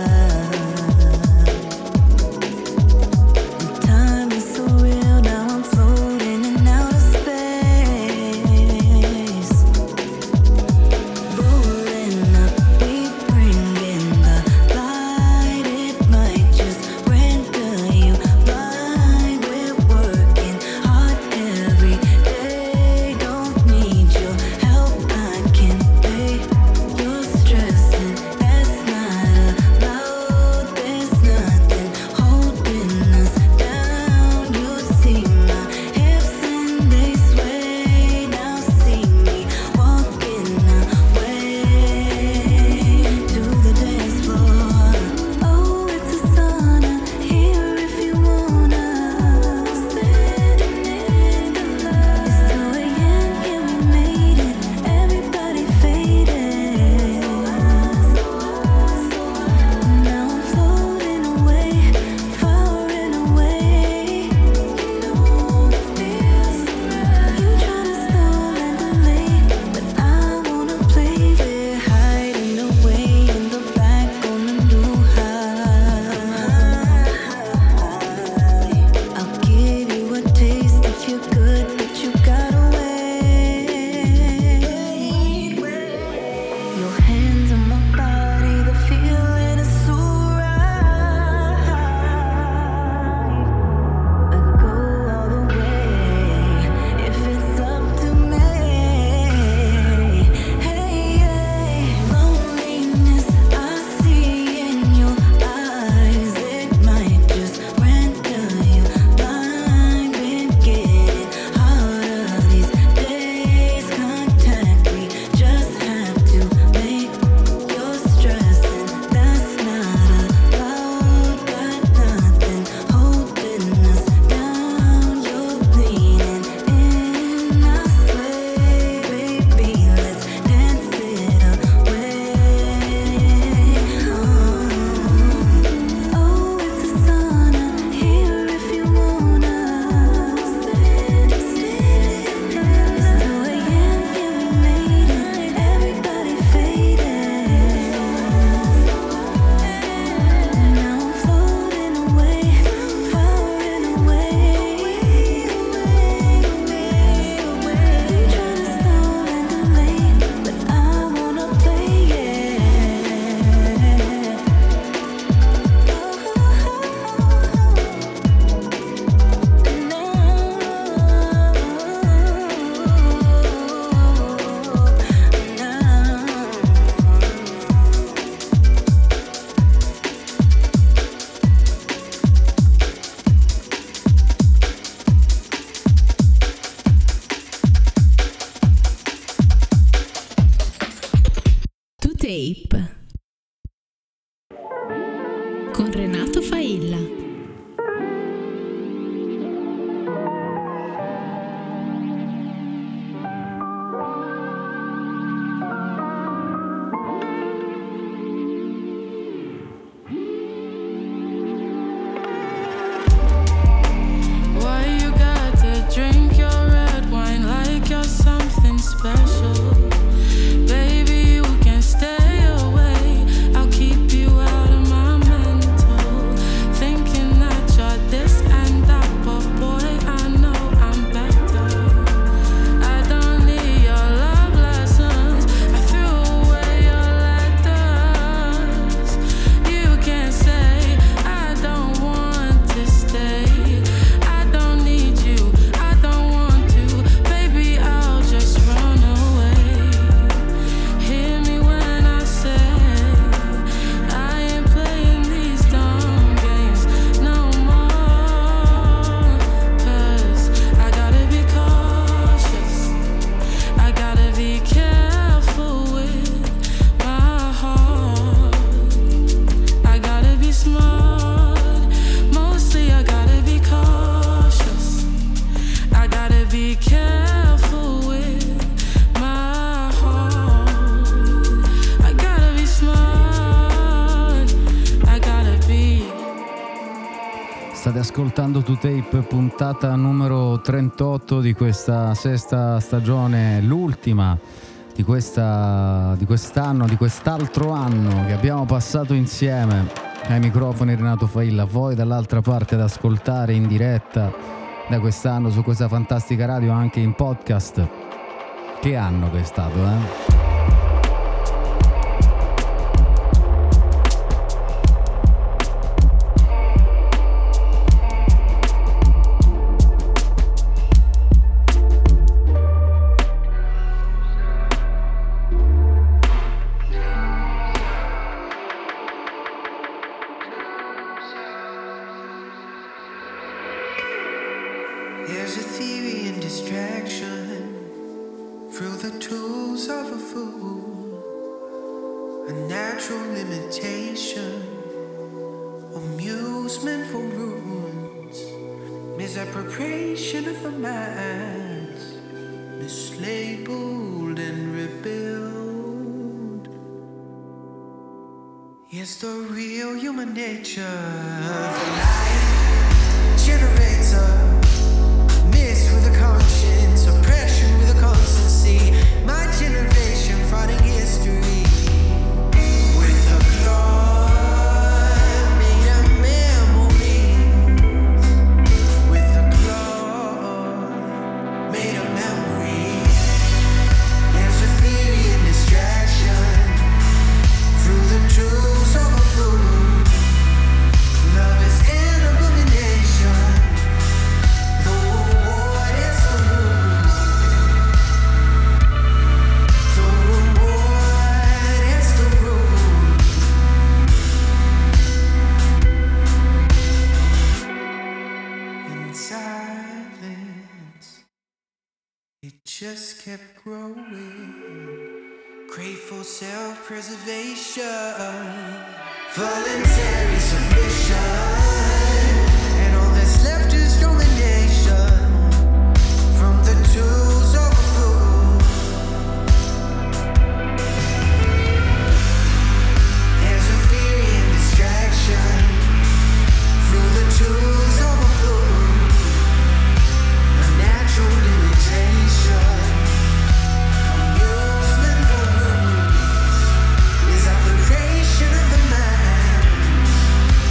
con Renato Failla. Ascoltando To Tape, puntata numero trentotto di questa sesta stagione, l'ultima di, questa, di quest'anno, di quest'altro anno che abbiamo passato insieme. Ai microfoni Renato Failla, voi dall'altra parte ad ascoltare in diretta da quest'anno su questa fantastica radio, anche in podcast. Che anno che è stato, eh? Is application of the mind.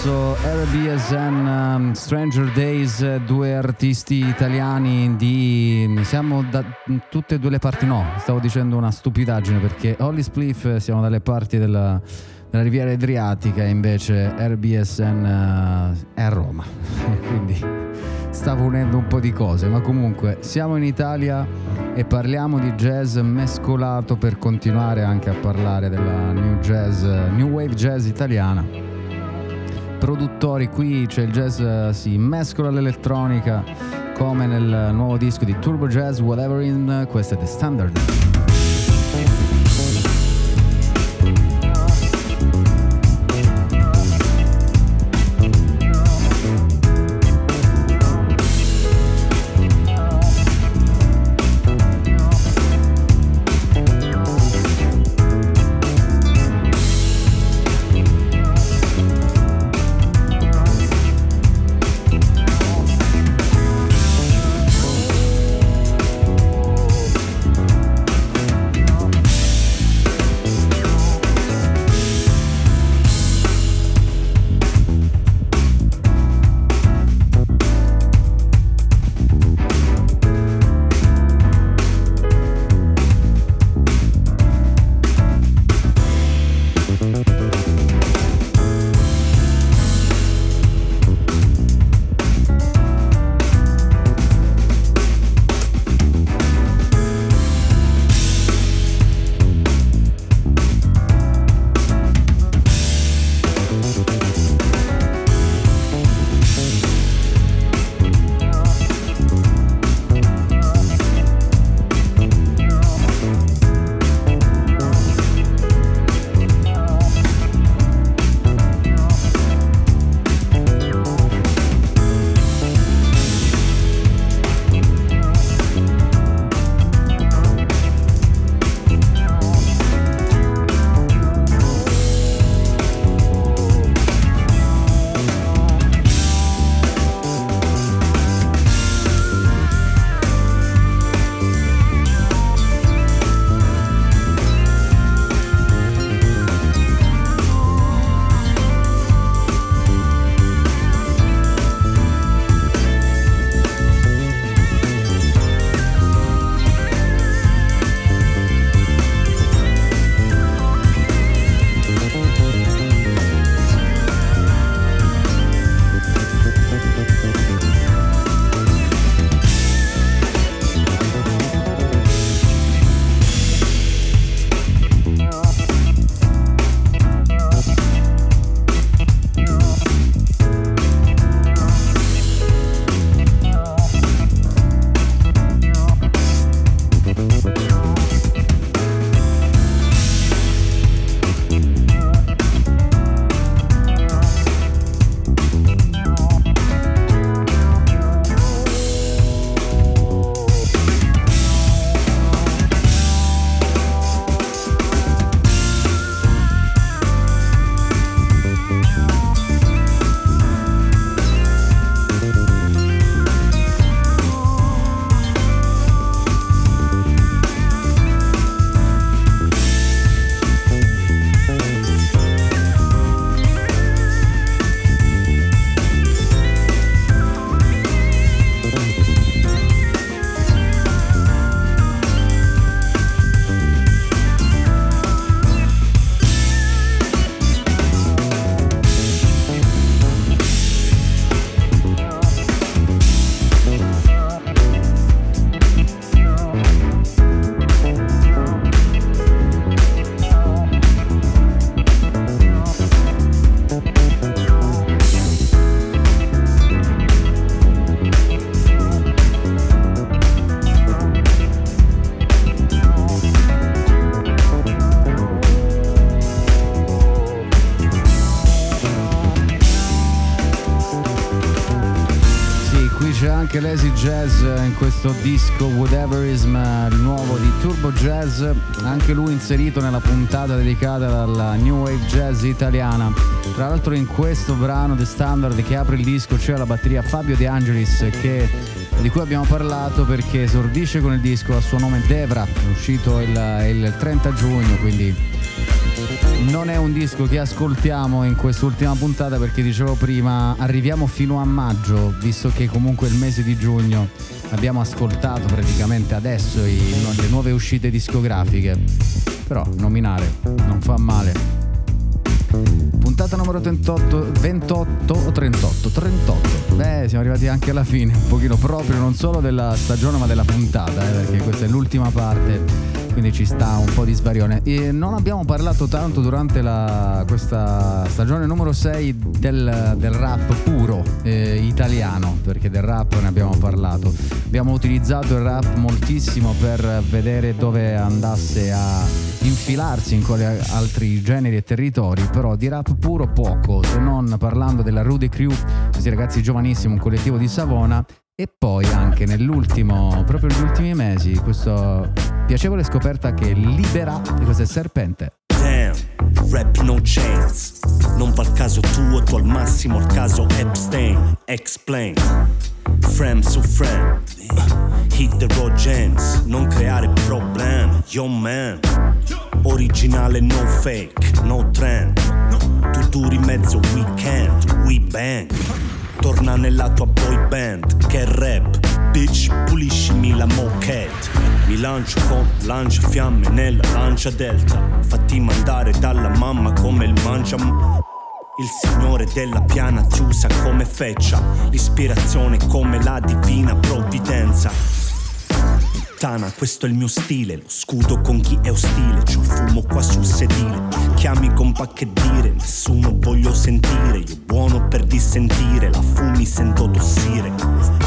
passo R B S N, um, Stranger Days, due artisti italiani di... siamo da tutte e due le parti, no, stavo dicendo una stupidaggine perché Holly Spliff siamo dalle parti della, della Riviera Adriatica e invece R B S N uh, è a Roma, quindi stavo unendo un po' di cose, ma comunque siamo in Italia e parliamo di jazz mescolato per continuare anche a parlare della new jazz, new wave jazz italiana. Produttori, qui c'è il jazz, si mescola all'elettronica come nel nuovo disco di Turbo Jazz Whatever In, questo è The Standard. anche l'Easy Jazz in questo disco Whateverism, il nuovo di Turbo Jazz, anche lui inserito nella puntata dedicata alla New Wave Jazz italiana. Tra l'altro in questo brano The Standard che apre il disco c'è la batteria Fabio De Angelis, che, di cui abbiamo parlato perché esordisce con il disco a suo nome Devra, è uscito il, il trenta giugno, quindi Non è un disco che ascoltiamo in quest'ultima puntata perché dicevo prima arriviamo fino a maggio, visto che comunque il mese di giugno abbiamo ascoltato praticamente adesso i, le nuove uscite discografiche, però nominare non fa male. Puntata numero trentotto, ventotto o trentotto? trentotto. Beh, siamo arrivati anche alla fine, un pochino proprio non solo della stagione ma della puntata, eh, perché questa è l'ultima parte, quindi ci sta un po' di svarione. E non abbiamo parlato tanto durante la, questa stagione numero sei del, del rap puro eh, italiano, perché del rap ne abbiamo parlato. Abbiamo utilizzato il rap moltissimo per vedere dove andasse a infilarsi in quali altri generi e territori, però di rap puro poco, se non parlando della Rude Crew, questi ragazzi giovanissimi, un collettivo di Savona, e poi anche nell'ultimo, proprio negli ultimi mesi, questa piacevole scoperta che libera di questo Serpente. Damn, rap no chance, non fa il caso tuo, tu al massimo il caso Epstein, explain, frame su frame, hit the raw gems, non creare problemi, yo man, originale no fake, no trend, tu duri mezzo weekend, we bang, torna nella tua boy band, che rap, bitch puliscimi la moquette, mi lancio con lanciafiamme nella lancia delta, fatti mandare dalla mamma come il mangia. Il signore della piana ti usa come feccia, l'ispirazione come la divina provvidenza. Puttana, questo è il mio stile, lo scudo con chi è ostile, c'ho il fumo qua sul sedile, chiami compa che dire, nessuno voglio sentire, io buono per dissentire, la fumi sento tossire.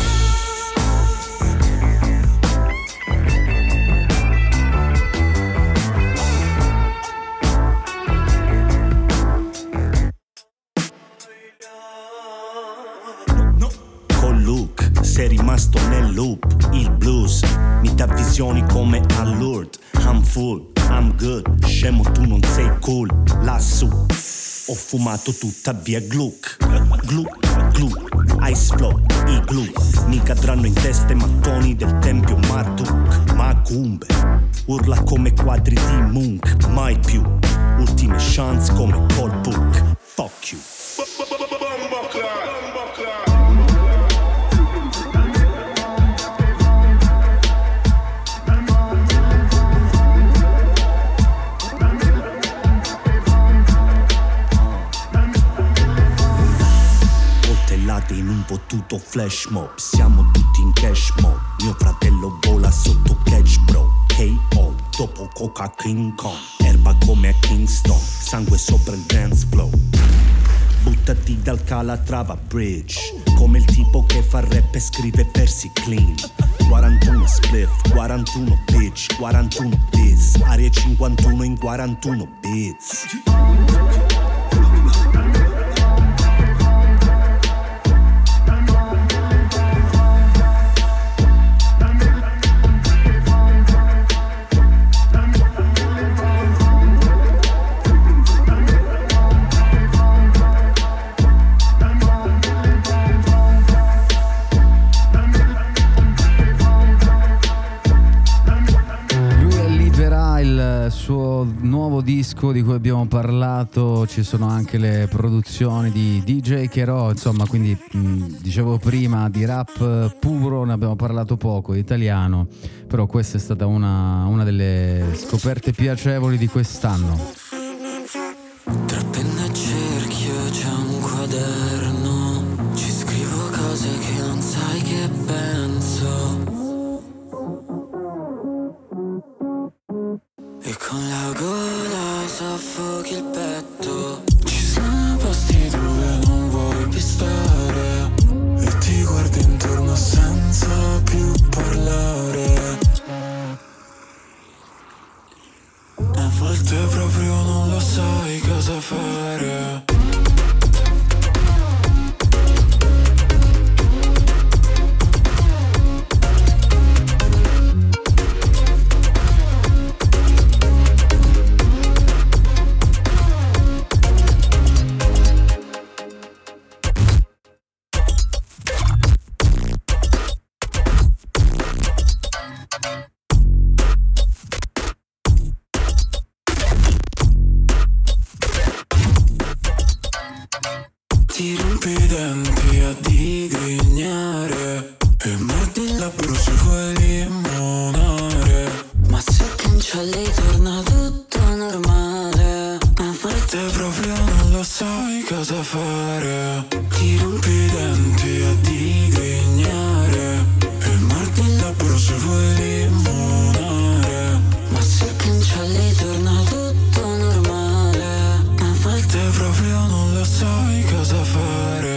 Sei rimasto nel loop, il blues mi dà visioni come Allure. I'm full, I'm good, scemo tu non sei cool. Lassù, ho fumato tutta via Gluck. Gluck, Gluck, Ice Flow, i glue mi cadranno in testa i mattoni del tempio Marduk. Macumbe, urla come quadri di Munch. Mai più, ultime chance come Colebook. Fuck you. In un fottuto flash mob, siamo tutti in cash mode. Mio fratello vola sotto catch bro, K O dopo Coca King Kong, erba come a Kingston, sangue sopra il dance flow. Buttati dal Calatrava Bridge, come il tipo che fa rap e scrive versi clean. quarantuno spliff, quarantuno bitch, quarantuno bis, aria cinquantuno in quarantuno bits. Suo nuovo disco di cui abbiamo parlato, ci sono anche le produzioni di D J Chero, insomma, quindi mh, dicevo prima di rap puro ne abbiamo parlato poco, italiano, però questa è stata una, una delle scoperte piacevoli di quest'anno. Tra penna e cerchio c'è un quaderno, ci scrivo cose che non sai che penso. E con la gola soffochi il petto. Ci sono posti dove non vuoi più stare e ti guardi intorno senza più parlare. A volte proprio non lo sai cosa fare. e mordi il labbro se vuoi limonare. Ma se cancelli torna tutto normale. A volte proprio non lo sai cosa fare. Ti rompi i denti a digrignare e mordi il labbro se vuoi limonare. Ma se cancelli torna tutto normale. A volte proprio non lo sai cosa fare.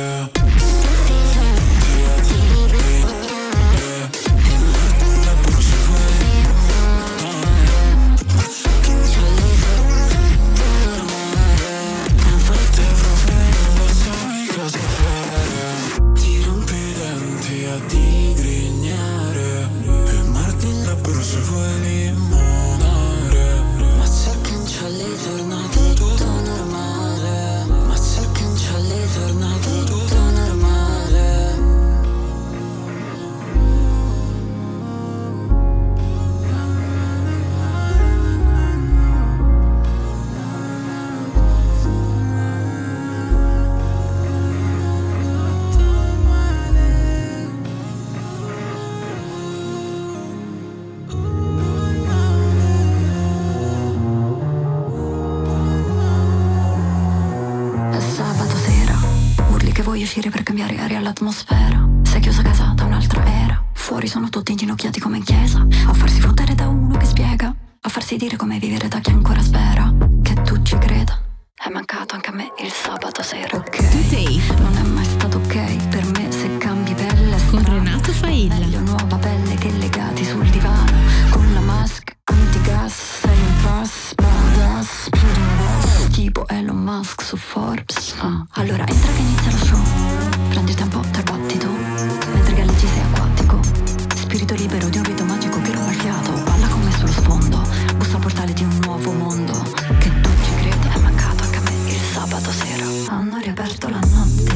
Uscire per cambiare aria all'atmosfera. Sei chiusa a casa da un'altra era. Fuori sono tutti inginocchiati come in chiesa, a farsi fottere da uno che spiega, a farsi dire come vivere da chi ancora spera che tu ci creda. È mancato anche a me il sabato sera. Ok, non è mai stato ok per me se cambi pelle. Con Renato Failla. Meglio nuova pelle che legati sul divano con la mask antigas. Sei un pass, badass, più di un boss, tipo Elon Musk su Forbes. Ah. Allora entra che inizia lo show. Prendi il tempo del battito mentre galleggi sei acquatico. Spirito libero di un rito magico che ruba il fiato. Balla con me sullo sfondo. Bussa al portale di un nuovo mondo. Che tu ci credi. È mancato anche a me il sabato sera. Hanno riaperto la notte.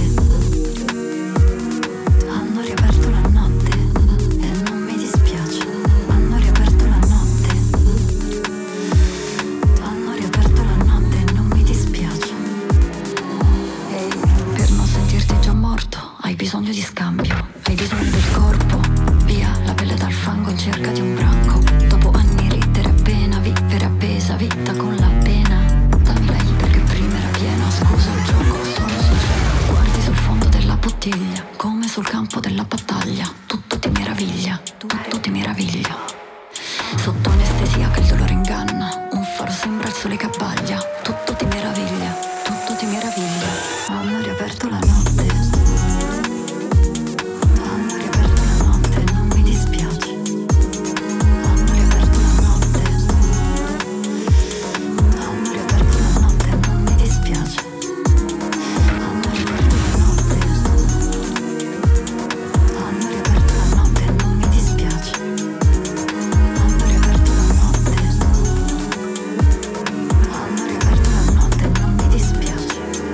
Hanno riaperto la notte e non mi dispiace. Hanno riaperto la notte. Hanno riaperto la notte e non mi dispiace. Per non sentirti già morto hai bisogno di scambio. Hai bisogno del corpo. Via la pelle dal fango in cerca di un branco. Dopo anni ridere appena, vivere appesa, vita con la pena. Dammi la I perché prima era piena. Scusa il gioco, sono sincero. Guardi sul fondo della bottiglia, come sul campo della battaglia. Tutto ti meraviglia, tutto ti meraviglia. Sotto anestesia che il dolore inganna, un faro sembra il sole che abbaglia. Tutto ti meraviglia, tutto ti meraviglia. Hanno riaperto la notte. Hanno riaperto la notte, non mi dispiace. Hanno riaperto la notte. Hanno riaperto la notte, non mi dispiace. Hanno riaperto la notte. Hanno riaperto la notte, non mi dispiace. Hanno riaperto la notte. Hanno riaperto la notte, non mi dispiace.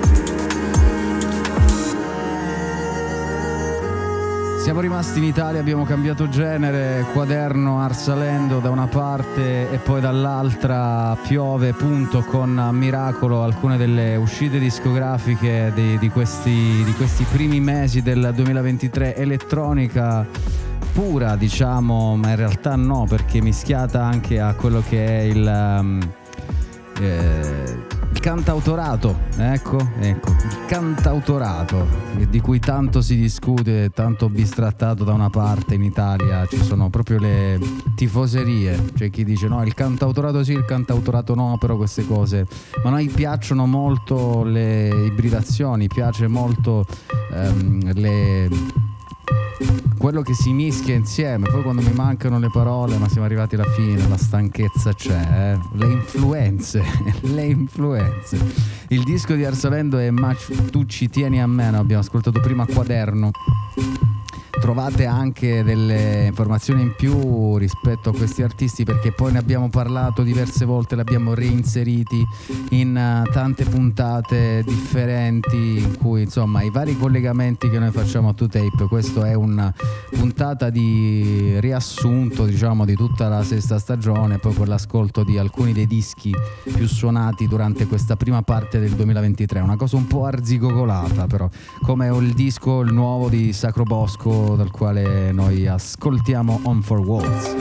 Siamo rimasti in Italia, abbiamo cambiato genere, Quaderno, Arsalendo da una parte e poi dall'altra piove punto con Miracolo, alcune delle uscite discografiche di, di, questi, di questi primi mesi del duemilaventitré, elettronica pura diciamo, ma in realtà no, perché mischiata anche a quello che è il... Um, eh, il cantautorato, ecco, ecco, il cantautorato di cui tanto si discute, tanto bistrattato da una parte in Italia. Ci sono proprio le tifoserie, c'è chi dice no, il cantautorato sì, il cantautorato no, però queste cose, ma a noi piacciono molto le ibridazioni, piace molto ehm, le... quello che si mischia insieme. Poi quando mi mancano le parole, ma siamo arrivati alla fine, la stanchezza c'è, eh? le influenze le influenze. Il disco di Arsalendo è Ma tu ci tieni a me, no? Abbiamo ascoltato prima Quaderno. Trovate anche delle informazioni in più rispetto a questi artisti, perché poi ne abbiamo parlato diverse volte, li abbiamo reinseriti in uh, tante puntate differenti in cui insomma i vari collegamenti che noi facciamo a To Tape. Questo è una puntata di riassunto diciamo di tutta la sesta stagione, poi con l'ascolto di alcuni dei dischi più suonati durante questa prima parte del duemilaventitré, una cosa un po' arzigogolata però, come il disco il nuovo di Sacro Bosco gruppo dal quale noi ascoltiamo On Four Walls.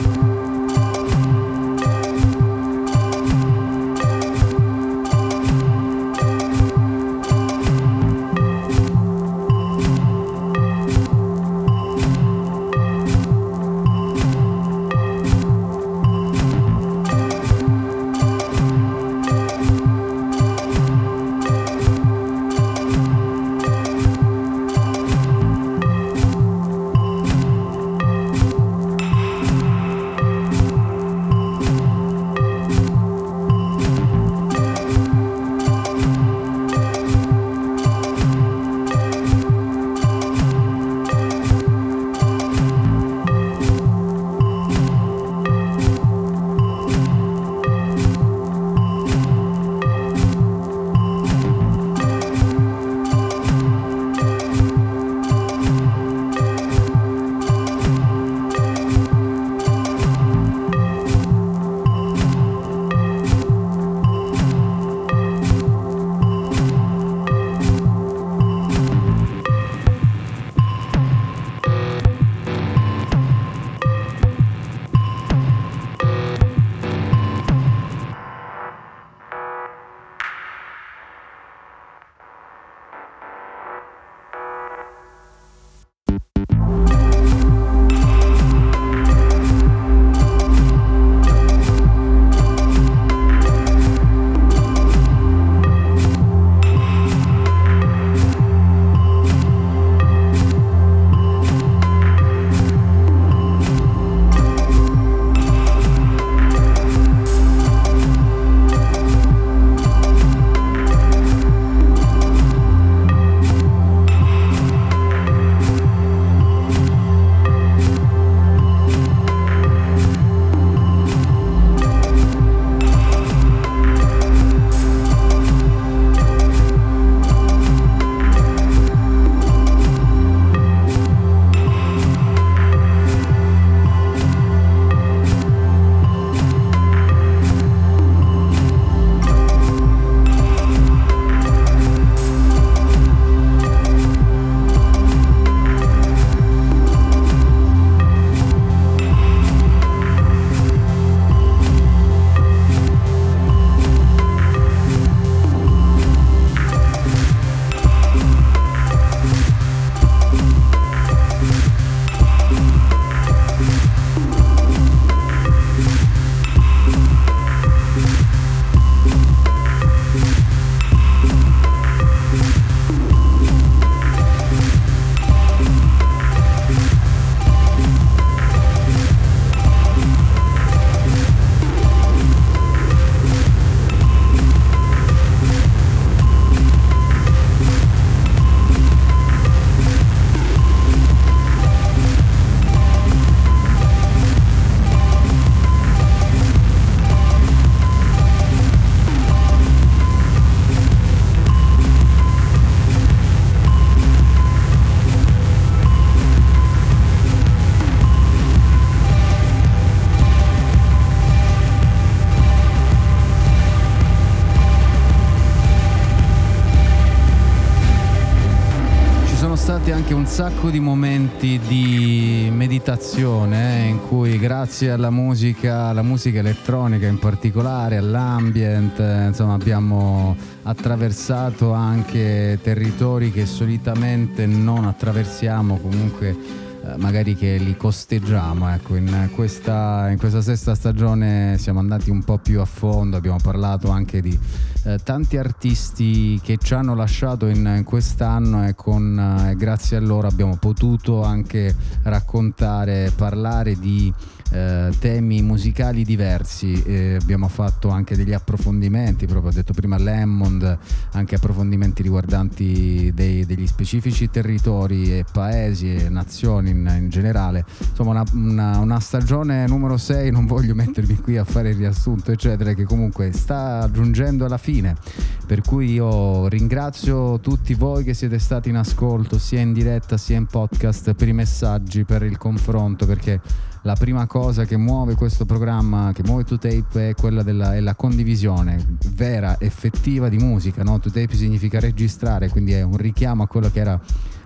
Anche un sacco di momenti di meditazione eh, in cui grazie alla musica, alla musica elettronica in particolare, all'ambient, eh, insomma abbiamo attraversato anche territori che solitamente non attraversiamo, comunque eh, magari che li costeggiamo. Ecco, in questa, in questa sesta stagione siamo andati un po' più a fondo, abbiamo parlato anche di Eh, tanti artisti che ci hanno lasciato in, in quest'anno e con eh, grazie a loro abbiamo potuto anche raccontare, parlare di eh, temi musicali diversi. Eh, abbiamo fatto anche degli approfondimenti, proprio ho detto prima Lemond, anche approfondimenti riguardanti dei, degli specifici territori e paesi e nazioni in, in generale. Insomma una, una, una stagione numero sei, non voglio mettermi qui a fare il riassunto eccetera, che comunque sta giungendo alla fine. Per cui io ringrazio tutti voi che siete stati in ascolto sia in diretta sia in podcast, per i messaggi, per il confronto, perché la prima cosa che muove questo programma, che muove To Tape, è quella della è la condivisione vera, effettiva di musica, no? To Tape significa registrare, quindi è un richiamo a quello che era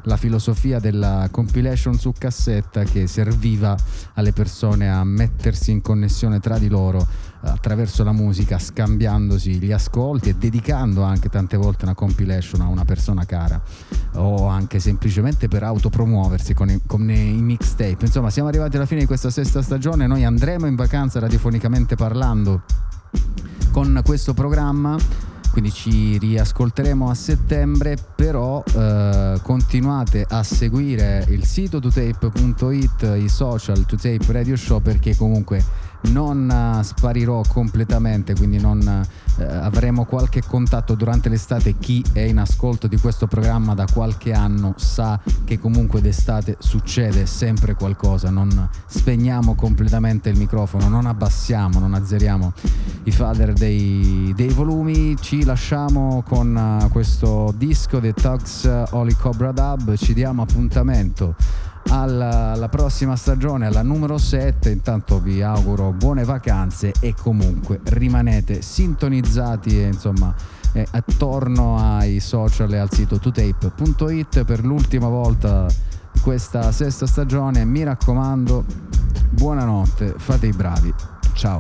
la filosofia della compilation su cassetta che serviva alle persone a mettersi in connessione tra di loro attraverso la musica, scambiandosi gli ascolti e dedicando anche tante volte una compilation a una persona cara, o anche semplicemente per autopromuoversi con i, con i mixtape. Insomma, siamo arrivati alla fine di questa sesta stagione. Noi andremo in vacanza radiofonicamente parlando con questo programma, quindi ci riascolteremo a settembre, però eh, continuate a seguire il sito two tape punto it, i social two tape Radio Show, perché comunque non uh, sparirò completamente, quindi non uh, avremo qualche contatto durante l'estate. Chi è in ascolto di questo programma da qualche anno sa che comunque d'estate succede sempre qualcosa, non spegniamo completamente il microfono, non abbassiamo, non azzeriamo i fader dei, dei volumi. Ci lasciamo con uh, questo disco dei Tugs uh, Holy Cobra Dub, ci diamo appuntamento alla, alla prossima stagione, alla numero sette. Intanto vi auguro buone vacanze e comunque rimanete sintonizzati e insomma eh, attorno ai social e al sito two tape punto it per l'ultima volta questa sesta stagione. Mi raccomando, buonanotte, fate i bravi, ciao.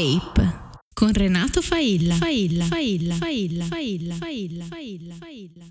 Con Renato Failla. Failla, Failla, Failla, Failla, Failla, Failla, Failla, Failla.